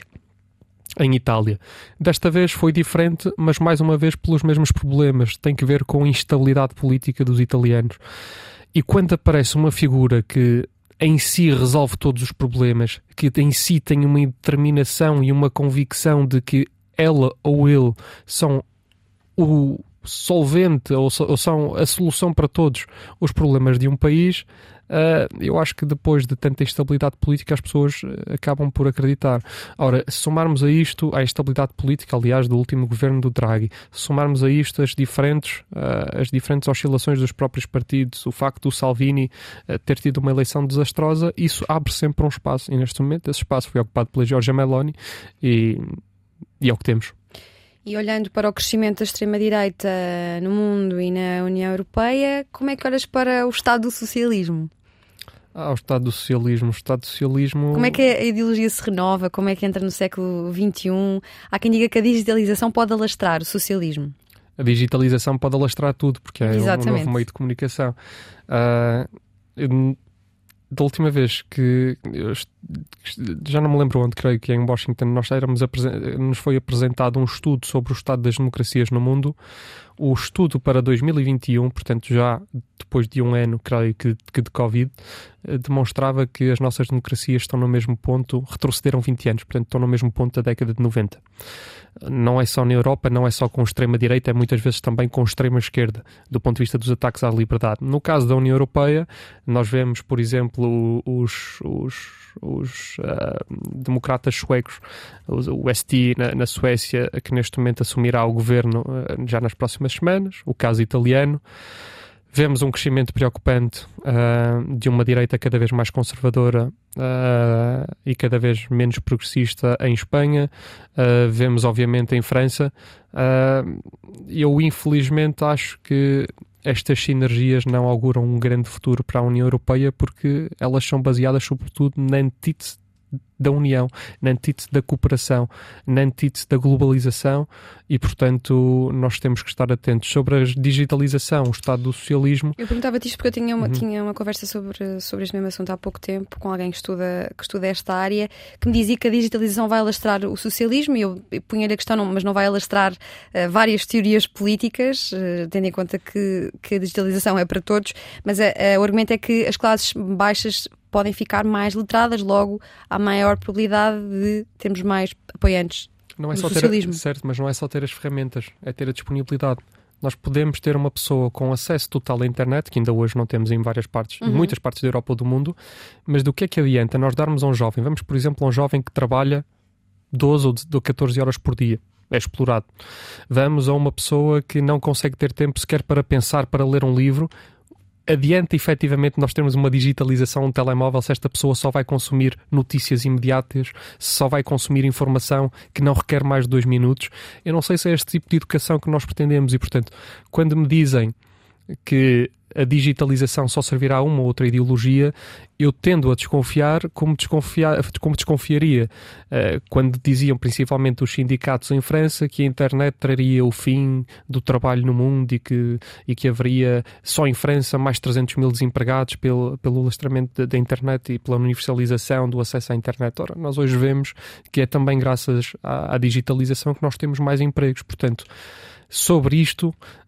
em Itália. Desta vez foi diferente, mas mais uma vez pelos mesmos problemas. Tem que ver com a instabilidade política dos italianos. E quando aparece uma figura que em si resolve todos os problemas, que em si tem uma determinação e uma convicção de que ela ou ele são o solvente ou, ou são a solução para todos os problemas de um país, uh, eu acho que depois de tanta instabilidade política as pessoas acabam por acreditar. Ora, se somarmos a isto, à instabilidade política, aliás, do último governo do Draghi, se somarmos a isto as diferentes, uh, as diferentes oscilações dos próprios partidos, o facto do Salvini uh, ter tido uma eleição desastrosa, isso abre sempre um espaço, e neste momento esse espaço foi ocupado pela Giorgia Meloni e, e é o que temos. E olhando para o crescimento da extrema-direita no mundo e na União Europeia, como é que olhas para o estado do socialismo? Ah, o estado do socialismo, o estado do socialismo... Como é que a ideologia se renova? Como é que entra no século vinte e um? Há quem diga que a digitalização pode alastrar o socialismo. A digitalização pode alastrar tudo, porque é Exatamente. um novo meio de comunicação. Uh, eu, da última vez que... Eu, já não me lembro onde, creio que é em Washington, nós éramos, nos foi apresentado um estudo sobre o estado das democracias no mundo. O estudo para dois mil e vinte e um, portanto já depois de um ano, creio que, que de Covid, demonstrava que as nossas democracias estão no mesmo ponto, retrocederam vinte anos, portanto estão no mesmo ponto da década de noventa. Não é só na Europa, não é só com extrema-direita, é muitas vezes também com extrema-esquerda, do ponto de vista dos ataques à liberdade. No caso da União Europeia, nós vemos, por exemplo, os, os, os uh, democratas suecos, o S D na, na Suécia, que neste momento assumirá o governo uh, já nas próximas semanas, o caso italiano. Vemos um crescimento preocupante uh, de uma direita cada vez mais conservadora uh, e cada vez menos progressista em Espanha. Uh, vemos, obviamente, em França. Uh, eu, infelizmente, acho que estas sinergias não auguram um grande futuro para a União Europeia porque elas são baseadas, sobretudo, na antítese da União, na antítese da cooperação, na antítese da globalização e, portanto, nós temos que estar atentos. Sobre a digitalização, o estado do socialismo... Eu perguntava-te isto porque eu tinha uma, uhum. tinha uma conversa sobre, sobre este mesmo assunto há pouco tempo com alguém que estuda, que estuda esta área, que me dizia que a digitalização vai alastrar o socialismo e eu, eu punha-lhe a questão, não, mas não vai alastrar uh, várias teorias políticas, uh, tendo em conta que, que a digitalização é para todos, mas a, a, o argumento é que as classes baixas podem ficar mais letradas, logo há maior probabilidade de termos mais apoiantes não é do só socialismo. Ter, certo, mas não é só ter as ferramentas, é ter a disponibilidade. Nós podemos ter uma pessoa com acesso total à internet, que ainda hoje não temos em várias partes, uhum. em muitas partes da Europa ou do mundo, mas do que é que adianta nós darmos a um jovem, vamos por exemplo a um jovem que trabalha doze ou catorze horas por dia, é explorado. Vamos a uma pessoa que não consegue ter tempo sequer para pensar, para ler um livro. Adianta efetivamente nós termos uma digitalização, um telemóvel, se esta pessoa só vai consumir notícias imediatas, se só vai consumir informação que não requer mais de dois minutos. Eu não sei se é este tipo de educação que nós pretendemos e, portanto, quando me dizem que a digitalização só servirá a uma ou outra ideologia, eu tendo a desconfiar como, desconfiar, como desconfiaria uh, quando diziam principalmente os sindicatos em França que a internet traria o fim do trabalho no mundo e que, e que haveria só em França mais trezentos mil desempregados pelo, pelo alastramento da internet e pela universalização do acesso à internet. Ora, nós hoje vemos que é também graças à, à digitalização que nós temos mais empregos, portanto, sobre isto,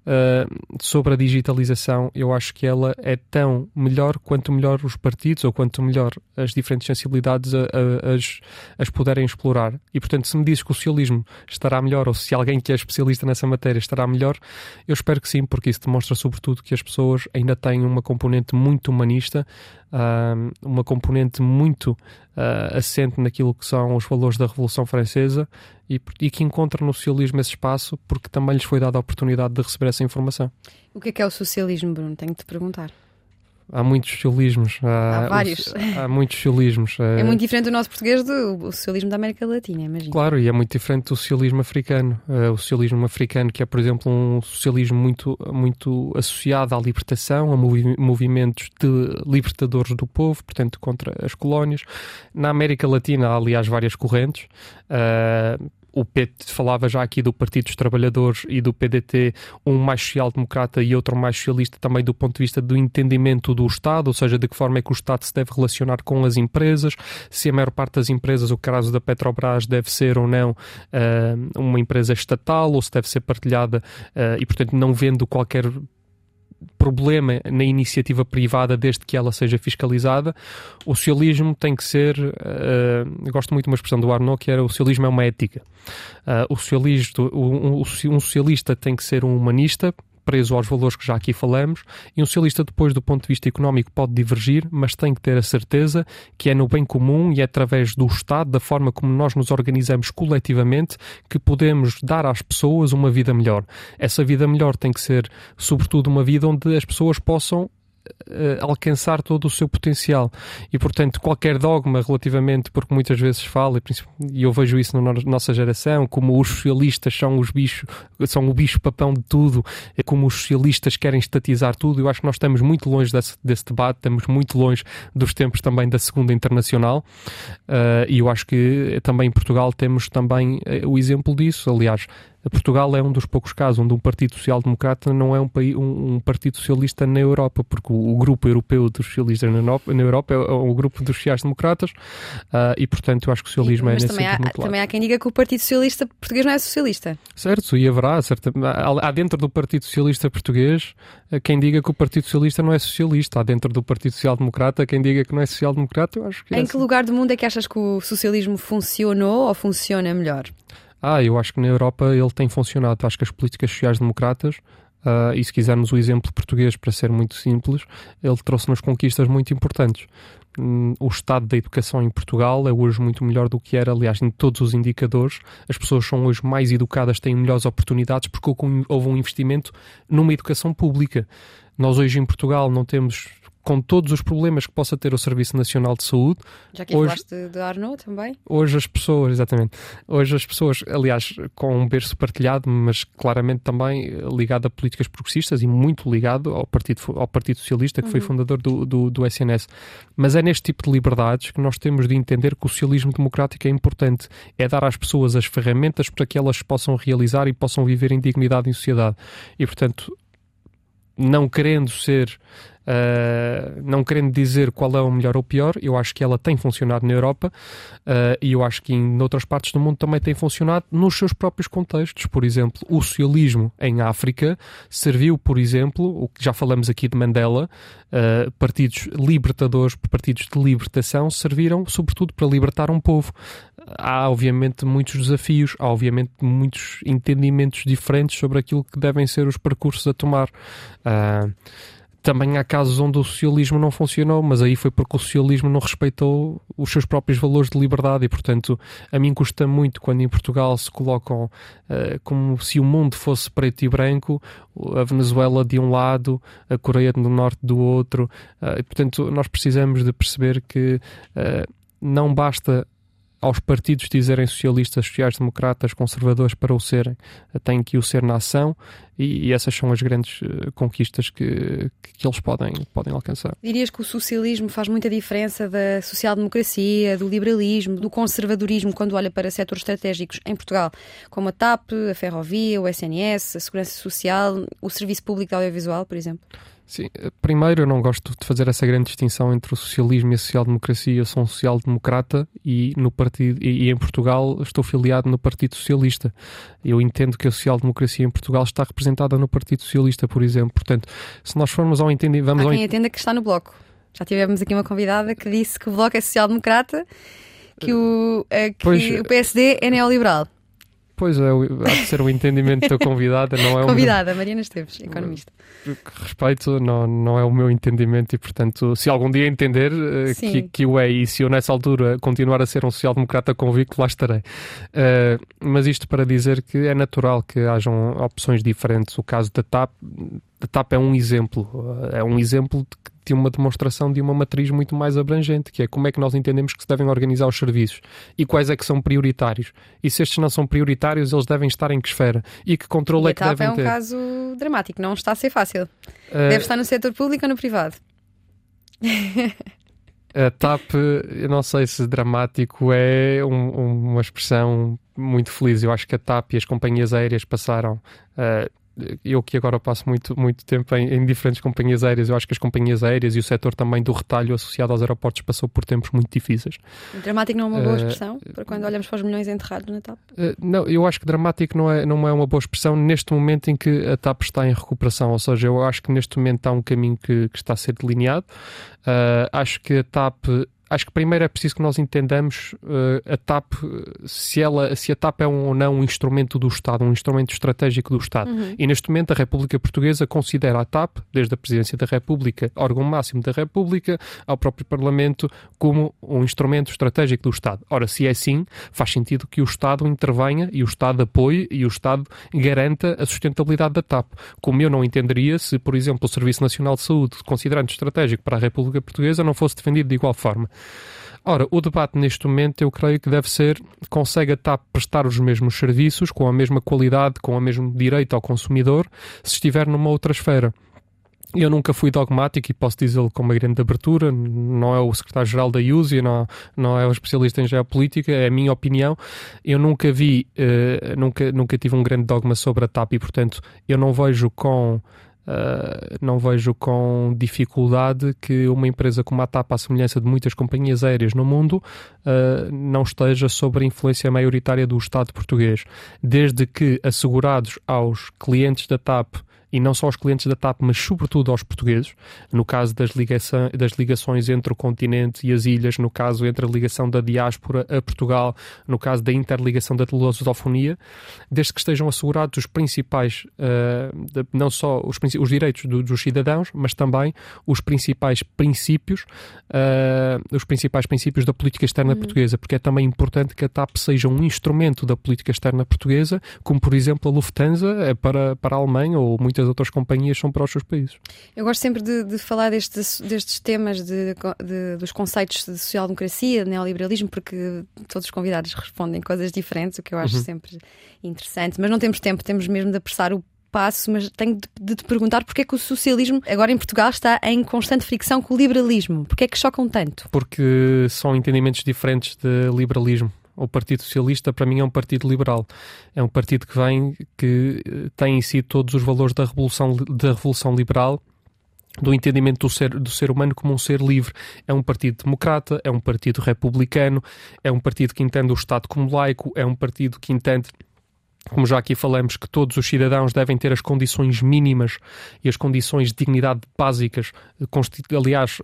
uh, sobre a digitalização, eu acho que ela é tão melhor quanto melhor os partidos ou quanto melhor as diferentes sensibilidades a, a, as, as puderem explorar. E, portanto, se me dizes que o socialismo estará melhor ou se alguém que é especialista nessa matéria estará melhor, eu espero que sim, porque isso demonstra sobretudo que as pessoas ainda têm uma componente muito humanista, uh, uma componente muito uh, assente naquilo que são os valores da Revolução Francesa e, e que encontram no socialismo esse espaço porque também lhes foi dada a oportunidade de receber essa informação. O que é que é o socialismo, Bruno? Tenho de te perguntar. Há muitos socialismos. Há, há vários. Os, há muitos socialismos. É muito diferente do nosso português do socialismo da América Latina, imagino. Claro, e é muito diferente do socialismo africano. O socialismo africano, que é, por exemplo, um socialismo muito, muito associado à libertação, a movi- movimentos de libertadores do povo, portanto, contra as colónias. Na América Latina há, aliás, várias correntes. Uh, O P T, falava já aqui do Partido dos Trabalhadores e do P D T, um mais social-democrata e outro mais socialista também do ponto de vista do entendimento do Estado, ou seja, de que forma é que o Estado se deve relacionar com as empresas, se a maior parte das empresas, o caso da Petrobras, deve ser ou não uh, uma empresa estatal ou se deve ser partilhada uh, e, portanto, não vendo qualquer problema na iniciativa privada desde que ela seja fiscalizada. O socialismo tem que ser, uh, eu gosto muito de uma expressão do Arnaud, que era o socialismo é uma ética. Uh, o socialista, um, um socialista tem que ser um humanista, preso aos valores que já aqui falamos, e um socialista depois do ponto de vista económico pode divergir, mas tem que ter a certeza que é no bem comum e é através do Estado, da forma como nós nos organizamos coletivamente, que podemos dar às pessoas uma vida melhor. Essa vida melhor tem que ser, sobretudo, uma vida onde as pessoas possam Uh, alcançar todo o seu potencial e, portanto, qualquer dogma relativamente, porque muitas vezes fala, e eu vejo isso na nossa geração, como os socialistas são os bichos, são o bicho-papão de tudo, como os socialistas querem estatizar tudo. Eu acho que nós estamos muito longe desse, desse debate, estamos muito longe dos tempos também da Segunda Internacional, uh, e eu acho que também em Portugal temos também uh, o exemplo disso. Aliás, Portugal é um dos poucos casos onde um partido social-democrata não é um, país, um, um partido socialista na Europa, porque o, o grupo europeu dos socialistas na, no, na Europa é, é o grupo dos sociais-democratas, uh, e portanto eu acho que o socialismo e, é nesse também sentido há, muito também claro. há quem diga que o Partido Socialista Português não é socialista. Certo, e haverá, certo, há, há dentro do Partido Socialista Português quem diga que o Partido Socialista não é socialista, há dentro do Partido Social-Democrata quem diga que não é social-democrata. Eu acho que em é que assim. lugar do mundo é que achas que o socialismo funcionou ou funciona melhor? Ah, eu acho que na Europa ele tem funcionado. Acho que as políticas sociais-democratas, uh, e se quisermos o exemplo português para ser muito simples, ele trouxe-nos conquistas muito importantes. Um, o estado da educação em Portugal é hoje muito melhor do que era, aliás, em todos os indicadores. As pessoas são hoje mais educadas, têm melhores oportunidades porque houve um investimento numa educação pública. Nós hoje em Portugal não temos, com todos os problemas que possa ter o Serviço Nacional de Saúde. Já que hoje, falaste de Arnaud também. Hoje as pessoas, exatamente, hoje as pessoas, aliás, com um berço partilhado, mas claramente também ligado a políticas progressistas e muito ligado ao Partido, ao Partido Socialista, que uhum. foi fundador do, do, do S N S. Mas é neste tipo de liberdades que nós temos de entender que o socialismo democrático é importante. É dar às pessoas as ferramentas para que elas possam realizar e possam viver em dignidade em sociedade. E, portanto, não querendo ser... Uh, não querendo dizer qual é o melhor ou pior, eu acho que ela tem funcionado na Europa, uh, e eu acho que em outras partes do mundo também tem funcionado nos seus próprios contextos. Por exemplo, o socialismo em África serviu, por exemplo, o que já falamos aqui de Mandela, uh, partidos libertadores, partidos de libertação, serviram sobretudo para libertar um povo. Há obviamente muitos desafios, há obviamente muitos entendimentos diferentes sobre aquilo que devem ser os percursos a tomar. Uh, Também há casos onde o socialismo não funcionou, mas aí foi porque o socialismo não respeitou os seus próprios valores de liberdade e, portanto, a mim custa muito quando em Portugal se colocam uh, como se o mundo fosse preto e branco, a Venezuela de um lado, a Coreia do Norte do outro, uh, e, portanto, nós precisamos de perceber que uh, não basta aos partidos dizerem socialistas, sociais-democratas, conservadores para o serem. Têm que o ser na ação e, e essas são as grandes uh, conquistas que, que eles podem, podem alcançar. Dirias que o socialismo faz muita diferença da social-democracia, do liberalismo, do conservadorismo quando olha para setores estratégicos em Portugal, como a TAP, a Ferrovia, o S N S, a Segurança Social, o Serviço Público de Audiovisual, por exemplo? Sim, primeiro eu não gosto de fazer essa grande distinção entre o socialismo e a social-democracia. Eu sou um social-democrata e, no partido, e, e em Portugal estou filiado no Partido Socialista. Eu entendo que a social-democracia em Portugal está representada no Partido Socialista, por exemplo. Portanto, se nós formos ao entendimento... Há quem ao... entenda que está no Bloco. Já tivemos aqui uma convidada que disse que o Bloco é social-democrata, que o, que pois... o P S D é neoliberal. Pois é, há de ser o entendimento da convidada, não é o Convidada, meu... Mariana Esteves, economista. Respeito, não, não é o meu entendimento e, portanto, se algum dia entender uh, que, que o é e se eu nessa altura continuar a ser um social-democrata convicto, lá estarei. Uh, mas isto para dizer que é natural que hajam opções diferentes. O caso da TAP, a TAP é um exemplo, é um exemplo de que de uma demonstração de uma matriz muito mais abrangente, que é como é que nós entendemos que se devem organizar os serviços e quais é que são prioritários. E se estes não são prioritários, eles devem estar em que esfera? E que controle e é que devem ter? A TAP é um caso dramático, não está a ser fácil. Uh... Deve estar no setor público ou no privado? A TAP, eu não sei se dramático é um, uma expressão muito feliz. Eu acho que a TAP e as companhias aéreas passaram... Uh, eu que agora passo muito, muito tempo em, em diferentes companhias aéreas, eu acho que as companhias aéreas e o setor também do retalho associado aos aeroportos passou por tempos muito difíceis. Dramático não é uma boa expressão uh, para quando olhamos para os milhões enterrados na TAP? Uh, não, eu acho que dramático não é, não é uma boa expressão neste momento em que a TAP está em recuperação, ou seja, eu acho que neste momento há um caminho que, que está a ser delineado. Uh, acho que a TAP acho que primeiro é preciso que nós entendamos uh, a TAP, se, ela, se a TAP é um, ou não um instrumento do Estado, um instrumento estratégico do Estado. Uhum. E neste momento a República Portuguesa considera a TAP, desde a Presidência da República, órgão máximo da República, ao próprio Parlamento, como um instrumento estratégico do Estado. Ora, se é assim, faz sentido que o Estado intervenha e o Estado apoie e o Estado garanta a sustentabilidade da TAP. Como eu não entenderia se, por exemplo, o Serviço Nacional de Saúde, considerando estratégico para a República Portuguesa, não fosse defendido de igual forma. Ora, o debate neste momento eu creio que deve ser, consegue a TAP prestar os mesmos serviços, com a mesma qualidade, com o mesmo direito ao consumidor, se estiver numa outra esfera. Eu nunca fui dogmático e posso dizê-lo com uma grande abertura, não é o secretário-geral da I U S I, não, não é o especialista em geopolítica, é a minha opinião. Eu nunca vi, uh, nunca, nunca tive um grande dogma sobre a TAP e, portanto, eu não vejo com... Uh, não vejo com dificuldade que uma empresa como a TAP, à semelhança de muitas companhias aéreas no mundo, uh, não esteja sob a influência maioritária do Estado português. Desde que assegurados aos clientes da TAP, e não só aos clientes da TAP, mas sobretudo aos portugueses, no caso das, ligação, das ligações entre o continente e as ilhas, no caso entre a ligação da diáspora a Portugal, no caso da interligação da lusofonia, desde que estejam assegurados os principais, uh, de, não só os, os direitos do, dos cidadãos, mas também os principais princípios, uh, os principais princípios da política externa uhum. portuguesa, porque é também importante que a TAP seja um instrumento da política externa portuguesa, como por exemplo a Lufthansa é para, para a Alemanha ou muitas outras companhias são para os seus países. Eu gosto sempre de, de falar destes, destes temas de, de, dos conceitos de social-democracia, de neoliberalismo, porque todos os convidados respondem coisas diferentes, o que eu acho uhum. sempre interessante, mas não temos tempo, temos mesmo de apressar o passo, mas tenho de, de te perguntar porque é que o socialismo agora em Portugal está em constante fricção com o liberalismo, porque é que chocam tanto? Porque são entendimentos diferentes de liberalismo. O Partido Socialista, para mim, é um partido liberal. É um partido que vem, que tem em si todos os valores da Revolução, da Revolução Liberal, do entendimento do ser, do ser humano como um ser livre. É um partido democrata, é um partido republicano, é um partido que entende o Estado como laico, é um partido que entende, como já aqui falamos, que todos os cidadãos devem ter as condições mínimas e as condições de dignidade básicas, aliás,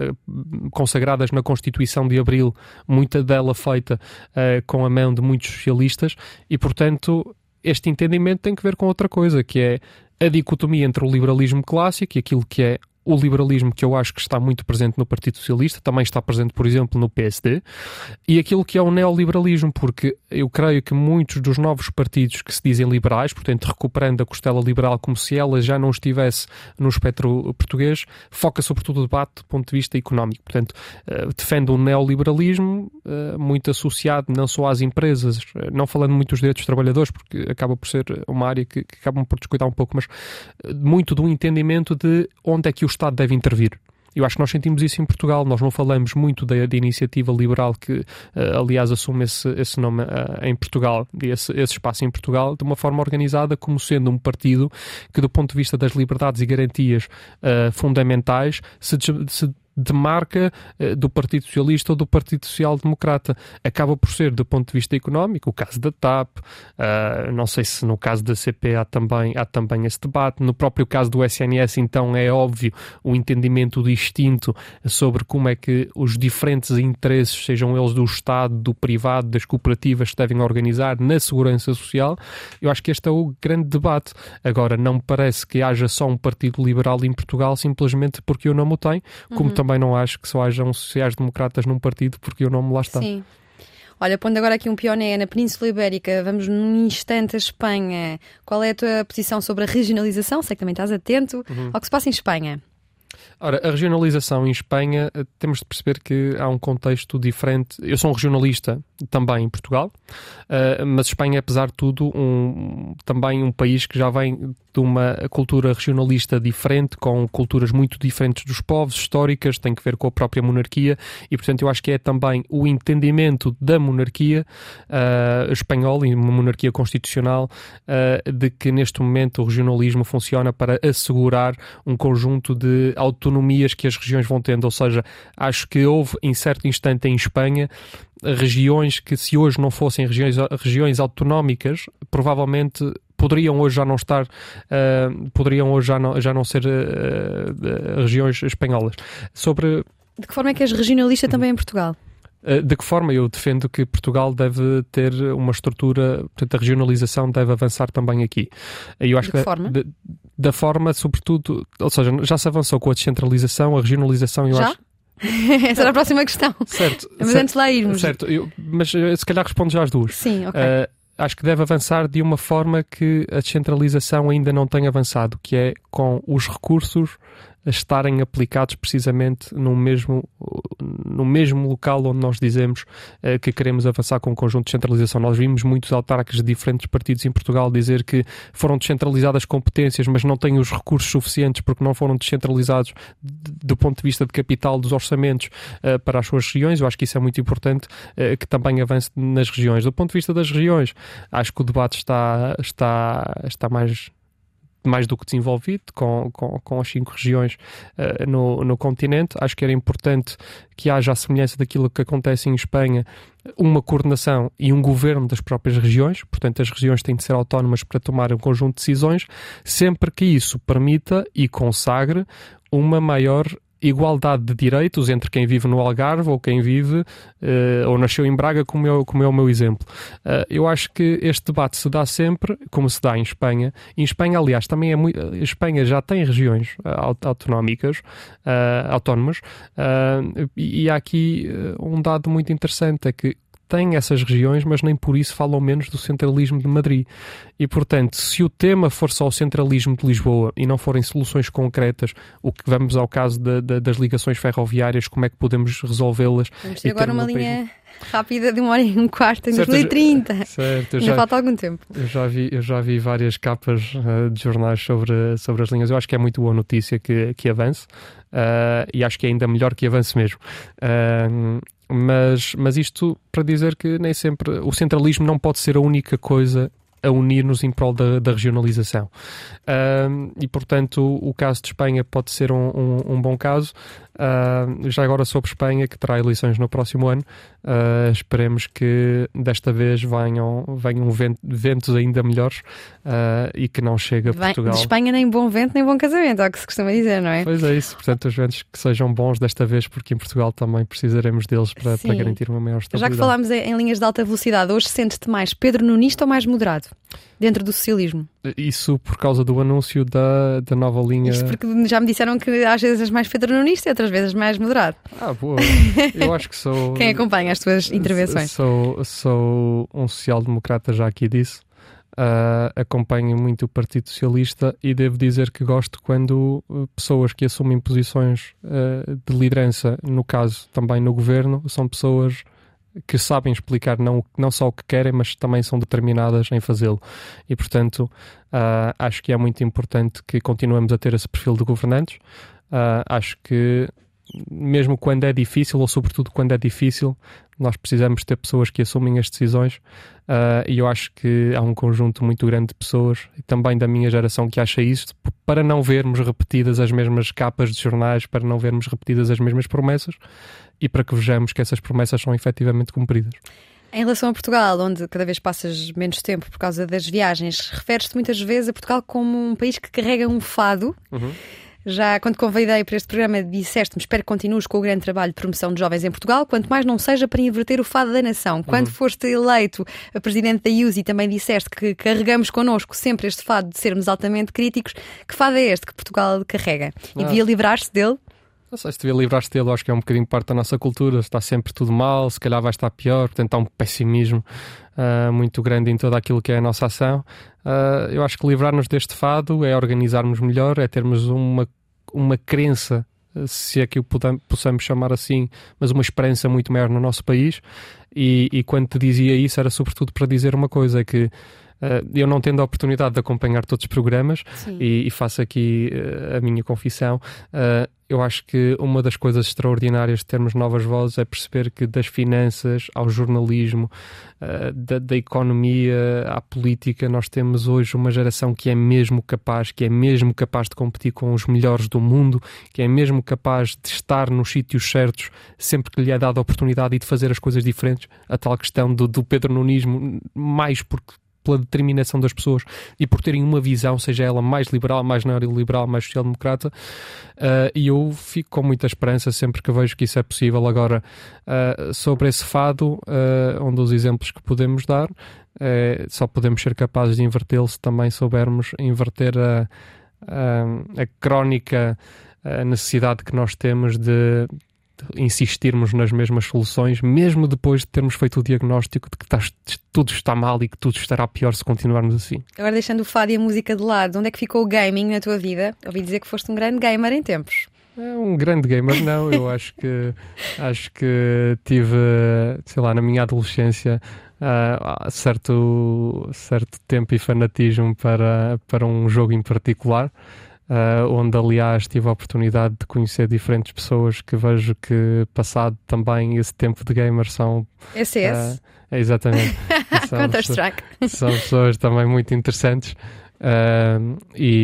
consagradas na Constituição de Abril, muita dela feita com a mão de muitos socialistas, e, portanto, este entendimento tem que ver com outra coisa, que é a dicotomia entre o liberalismo clássico e aquilo que é o liberalismo, que eu acho que está muito presente no Partido Socialista, também está presente, por exemplo, no P S D, e aquilo que é o neoliberalismo, porque eu creio que muitos dos novos partidos que se dizem liberais, portanto, recuperando a costela liberal como se ela já não estivesse no espectro português, foca sobretudo o debate do ponto de vista económico. Portanto, uh, defende o neoliberalismo uh, muito associado não só às empresas, uh, não falando muito dos direitos dos trabalhadores, porque acaba por ser uma área que, que acabam por descuidar um pouco, mas uh, muito do entendimento de onde é que o Estado deve intervir. Eu acho que nós sentimos isso em Portugal. Nós não falamos muito da, da iniciativa liberal que, uh, aliás, assume esse, esse nome uh, em Portugal, esse, esse espaço em Portugal, de uma forma organizada, como sendo um partido que, do ponto de vista das liberdades e garantias uh, fundamentais, se, se demarca uh, do Partido Socialista ou do Partido Social Democrata. Acaba por ser, do ponto de vista económico, o caso da TAP, uh, não sei se no caso da C P há também, há também esse debate. No próprio caso do S N S, então, é óbvio o entendimento distinto sobre como é que os diferentes interesses, sejam eles do Estado, do privado, das cooperativas, se devem organizar na segurança social. Eu acho que este é o grande debate. Agora, não me parece que haja só um partido liberal em Portugal simplesmente porque o nome o tem, como uhum. também não acho que só hajam sociais-democratas num partido porque o nome lá está. Sim. Olha, pondo agora aqui um pioneiro na Península Ibérica, vamos num instante a Espanha. Qual é a tua posição sobre a regionalização? Sei que também estás atento uhum. ao que se passa em Espanha. Ora, a regionalização em Espanha, temos de perceber que há um contexto diferente. Eu sou um regionalista também em Portugal, uh, mas Espanha é, apesar de tudo, um, também um país que já vem de uma cultura regionalista diferente, com culturas muito diferentes dos povos, históricas, tem que ver com a própria monarquia, e, portanto, eu acho que é também o entendimento da monarquia uh, espanhola, e uma monarquia constitucional, uh, de que, neste momento, o regionalismo funciona para assegurar um conjunto de autonomias que as regiões vão tendo. Ou seja, acho que houve, em certo instante em Espanha, regiões que, se hoje não fossem regiões, regiões autonómicas, provavelmente poderiam hoje já não estar, uh, poderiam hoje já não, já não ser uh, uh, regiões espanholas. Sobre De que forma é que és regionalista também em Portugal? De que forma? Eu defendo que Portugal deve ter uma estrutura, portanto a regionalização deve avançar também aqui. Eu acho de que, que forma? De, da forma, sobretudo, ou seja, já se avançou com a descentralização, a regionalização, eu já? acho... Essa era a próxima questão. Certo. Mas certo, antes lá irmos. Certo, eu, mas se calhar respondo já às duas. Sim, ok. Uh, acho que deve avançar de uma forma que a descentralização ainda não tem avançado, que é com os recursos a estarem aplicados precisamente no mesmo, no mesmo local onde nós dizemos uh, que queremos avançar com um conjunto de descentralização. Nós vimos muitos autarcas de diferentes partidos em Portugal dizer que foram descentralizadas competências, mas não têm os recursos suficientes porque não foram descentralizados d- do ponto de vista de capital dos orçamentos uh, para as suas regiões. Eu acho que isso é muito importante, uh, que também avance nas regiões. Do ponto de vista das regiões, acho que o debate está, está, está mais... mais do que desenvolvido, com, com, com as cinco regiões uh, no, no continente. Acho que era importante que haja a semelhança daquilo que acontece em Espanha, uma coordenação e um governo das próprias regiões. Portanto, as regiões têm de ser autónomas para tomar um conjunto de decisões, sempre que isso permita e consagre uma maior igualdade de direitos entre quem vive no Algarve ou quem vive uh, ou nasceu em Braga, como é, como é o meu exemplo. Uh, eu acho que este debate se dá sempre, como se dá em Espanha. Em Espanha, aliás, também é muito... A Espanha já tem regiões uh, autonómicas, uh, autónomas, uh, e, e há aqui uh, um dado muito interessante, é que têm essas regiões, mas nem por isso falam menos do centralismo de Madrid. E, portanto, se o tema for só o centralismo de Lisboa e não forem soluções concretas, o que vamos ao caso de, de, das ligações ferroviárias, como é que podemos resolvê-las? Vamos ter agora uma linha rápida de uma hora e um quarto em certo, dois mil e trinta. Certo, Ainda já, falta algum tempo. Eu já vi, eu já vi várias capas uh, de jornais sobre, sobre as linhas. Eu acho que é muito boa notícia que, que avance, uh, e acho que é ainda melhor que avance mesmo. Uh, Mas, mas isto para dizer que nem sempre o centralismo não pode ser a única coisa a unir-nos em prol da, da regionalização. Uh, e, portanto, o, o caso de Espanha pode ser um, um, um bom caso. Uh, já agora sobre Espanha, que terá eleições no próximo ano, uh, esperemos que desta vez venham, venham ventos ainda melhores uh, e que não chegue a Vem, Portugal. De Espanha nem bom vento nem bom casamento, é o que se costuma dizer, não é? Pois é isso, portanto os ventos que sejam bons desta vez, porque em Portugal também precisaremos deles para, para garantir uma maior estabilidade. Já que falámos em, em linhas de alta velocidade, hoje sentes-te mais Pedro Nunista ou mais moderado dentro do socialismo? Isso por causa do anúncio da, da nova linha... Isto porque já me disseram que às vezes és mais Pedro Nunista e outras vezes mais moderado. Ah, boa. Eu acho que sou... Quem acompanha as tuas intervenções? Sou, sou um social-democrata, já aqui disse. Uh, acompanho muito o Partido Socialista e devo dizer que gosto quando pessoas que assumem posições uh, de liderança, no caso também no governo, são pessoas que sabem explicar não, não só o que querem, mas também são determinadas em fazê-lo. E, portanto, uh, acho que é muito importante que continuemos a ter esse perfil de governantes. Uh, acho que mesmo quando é difícil, ou sobretudo quando é difícil, nós precisamos ter pessoas que assumem as decisões, uh, e eu acho que há um conjunto muito grande de pessoas, e também da minha geração, que acha isto, para não vermos repetidas as mesmas capas de jornais, para não vermos repetidas as mesmas promessas, e para que vejamos que essas promessas são efetivamente cumpridas. Em relação a Portugal, onde cada vez passas menos tempo por causa das viagens, referes-te muitas vezes a Portugal como um país que carrega um fado. Uhum. Já quando convidei para este programa disseste-me: espero que continues com o grande trabalho de promoção de jovens em Portugal, quanto mais não seja para inverter o fado da nação. Quando uhum. foste eleito a presidente da I U S I, também disseste que carregamos connosco sempre este fado de sermos altamente críticos. Que fado é este que Portugal carrega? E ah. devia livrar-se dele? Não sei se devia livrar-se dele, acho que é um bocadinho parte da nossa cultura. Está sempre tudo mal, se calhar vai estar pior, portanto há um pessimismo uh, muito grande em toda aquilo que é a nossa ação. Uh, eu acho que livrar-nos deste fado é organizarmos melhor, é termos uma, uma crença, se é que o possamos chamar assim, mas uma esperança muito maior no nosso país. E, e quando te dizia isso era sobretudo para dizer uma coisa, é que Uh, eu não tendo a oportunidade de acompanhar todos os programas e, e faço aqui uh, a minha confissão, uh, eu acho que uma das coisas extraordinárias de termos novas vozes é perceber que das finanças ao jornalismo, uh, da, da economia à política, nós temos hoje uma geração que é mesmo capaz, que é mesmo capaz de competir com os melhores do mundo, que é mesmo capaz de estar nos sítios certos sempre que lhe é dada a oportunidade e de fazer as coisas diferentes. A tal questão do, do pedronunismo, mais porque pela determinação das pessoas e por terem uma visão, seja ela mais liberal, mais neoliberal, mais social-democrata, uh, e eu fico com muita esperança sempre que vejo que isso é possível. Agora, uh, sobre esse fado, uh, um dos exemplos que podemos dar, uh, só podemos ser capazes de invertê-lo se também soubermos inverter a, a, a crónica, a necessidade que nós temos de insistirmos nas mesmas soluções, mesmo depois de termos feito o diagnóstico de que tá, tudo está mal e que tudo estará pior se continuarmos assim. Agora, deixando o fado e a música de lado, onde é que ficou o gaming na tua vida? Ouvi dizer que foste um grande gamer em tempos. É um grande gamer, não. Eu acho que acho que tive, sei lá, na minha adolescência, uh, certo, certo tempo e fanatismo para, para um jogo em particular. Uh, onde aliás tive a oportunidade de conhecer diferentes pessoas que vejo que passado também esse tempo de gamer são... S S? Uh, é exatamente. Counter-Strike. São pessoas também muito interessantes uh,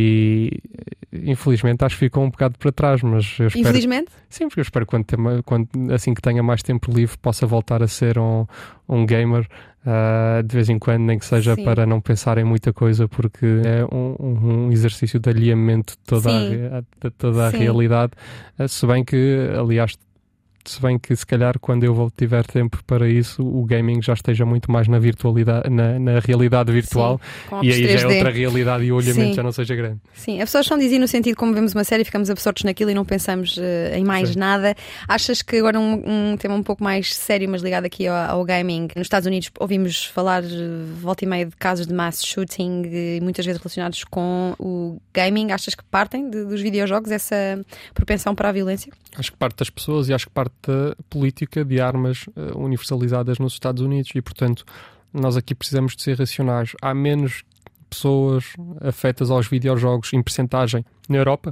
e infelizmente acho que ficou um bocado para trás, mas eu espero... Infelizmente? Sim, porque eu espero que quando, quando, assim que tenha mais tempo livre possa voltar a ser um, um gamer. Uh, de vez em quando, nem que seja Sim. para não pensar em muita coisa, porque é um, um exercício de alinhamento de toda, a, de toda a realidade, uh, se bem que, aliás, se bem que se calhar quando eu tiver tempo para isso, o gaming já esteja muito mais na virtualidade, na, na realidade virtual, Sim, e aí já é outra realidade e o olhamento Sim. já não seja grande. Sim, a absorção dizia no sentido como vemos uma série, ficamos absortos naquilo e não pensamos uh, em mais Sim. nada. Achas que agora um, um tema um pouco mais sério, mas ligado aqui ao, ao gaming, nos Estados Unidos ouvimos falar uh, volta e meia de casos de mass shooting, uh, muitas vezes relacionados com o gaming. Achas que partem de, dos videojogos essa propensão para a violência? Acho que parte das pessoas e acho que parte da política de armas uh, universalizadas nos Estados Unidos e, portanto, nós aqui precisamos de ser racionais. Há menos pessoas afetas aos videojogos em percentagem na Europa,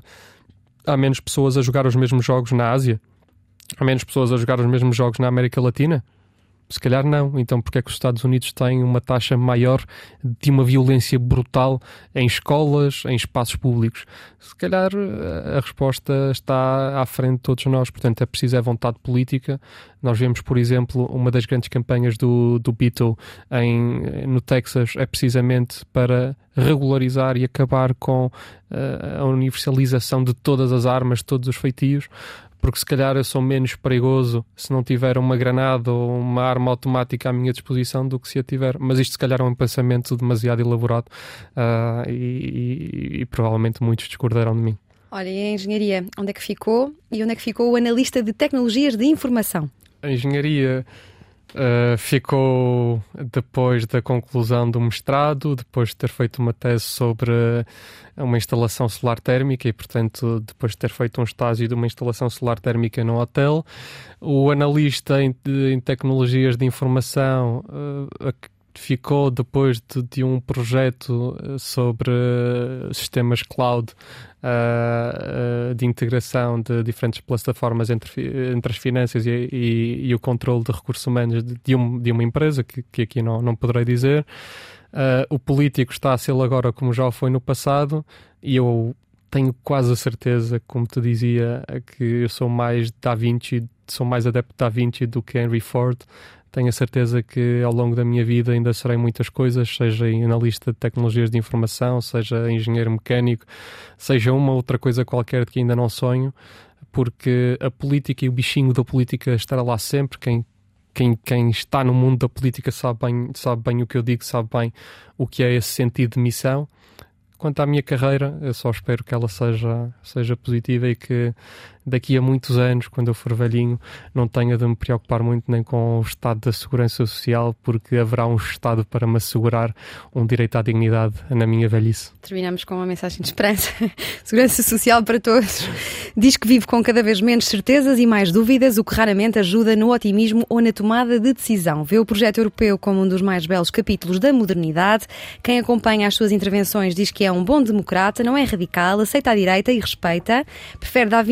há menos pessoas a jogar os mesmos jogos na Ásia, há menos pessoas a jogar os mesmos jogos na América Latina. Se calhar não. Então porque é que os Estados Unidos têm uma taxa maior de uma violência brutal em escolas, em espaços públicos? Se calhar a resposta está à frente de todos nós. Portanto, é preciso é vontade política. Nós vemos, por exemplo, uma das grandes campanhas do, do Beto em, no Texas é precisamente para regularizar e acabar com uh, a universalização de todas as armas, de todos os feitios. Porque se calhar eu sou menos perigoso se não tiver uma granada ou uma arma automática à minha disposição do que se a tiver. Mas isto se calhar é um pensamento demasiado elaborado uh, e, e, e provavelmente muitos discordarão de mim. Olha, e a engenharia, onde é que ficou? E onde é que ficou o analista de tecnologias de informação? A engenharia uh, ficou depois da conclusão do mestrado, depois de ter feito uma tese sobre uma instalação solar térmica e, portanto, depois de ter feito um estágio de uma instalação solar térmica no hotel. O analista em, de, em tecnologias de informação uh, ficou depois de, de um projeto sobre uh, sistemas cloud uh, uh, de integração de diferentes plataformas entre, entre as finanças e, e, e o controle de recursos humanos de, de, um, de uma empresa, que, que aqui não, não poderei dizer. Uh, o político está a ser agora como já foi no passado e eu tenho quase a certeza, como te dizia, que eu sou mais Da Vinci, sou mais adepto de Da Vinci do que Henry Ford. Tenho a certeza que ao longo da minha vida ainda serei muitas coisas, seja em analista de tecnologias de informação, seja engenheiro mecânico, seja uma outra coisa qualquer de que ainda não sonho, porque a política e o bichinho da política estará lá sempre. Quem Quem, quem está no mundo da política sabe bem, sabe bem o que eu digo, sabe bem o que é esse sentido de missão. Quanto à minha carreira, eu só espero que ela seja, seja positiva e que daqui a muitos anos, quando eu for velhinho, não tenha de me preocupar muito nem com o estado da segurança social, porque haverá um Estado para me assegurar um direito à dignidade na minha velhice. Terminamos com uma mensagem de esperança. Segurança social para todos. Diz que vive com cada vez menos certezas e mais dúvidas, o que raramente ajuda no otimismo ou na tomada de decisão. Vê o projeto europeu como um dos mais belos capítulos da modernidade. Quem acompanha as suas intervenções diz que é um bom democrata, não é radical, aceita a direita e respeita. Prefere Da Vinci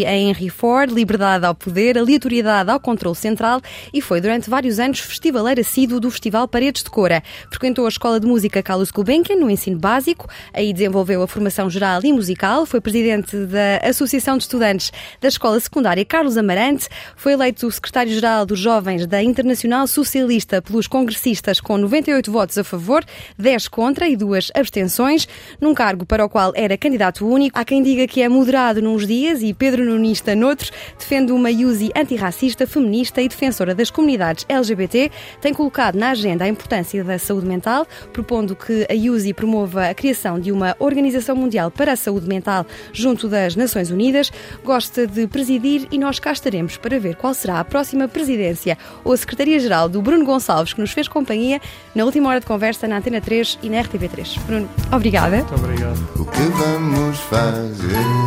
a Henry Ford, liberdade ao poder, aleatoriedade ao controle central e foi durante vários anos festivaleiro assíduo do Festival Paredes de Cora. Frequentou a Escola de Música Carlos Gulbenkian no ensino básico, aí desenvolveu a formação geral e musical, foi presidente da Associação de Estudantes da Escola Secundária Carlos Amarante, foi eleito secretário-geral dos Jovens da Internacional Socialista pelos congressistas com noventa e oito votos a favor, dez contra e duas abstenções, num cargo para o qual era candidato único. Há quem diga que é moderado nos dias e Pedro Nunista noutros, defende uma I U S I antirracista, feminista e defensora das comunidades L G B T, tem colocado na agenda a importância da saúde mental, propondo que a I U S I promova a criação de uma Organização Mundial para a Saúde Mental junto das Nações Unidas, gosta de presidir e nós cá estaremos para ver qual será a próxima presidência ou a Secretaria-Geral do Bruno Gonçalves, que nos fez companhia na última hora de conversa na Antena três e na R T P três. Bruno, obrigada. Muito obrigado. O que vamos fazer?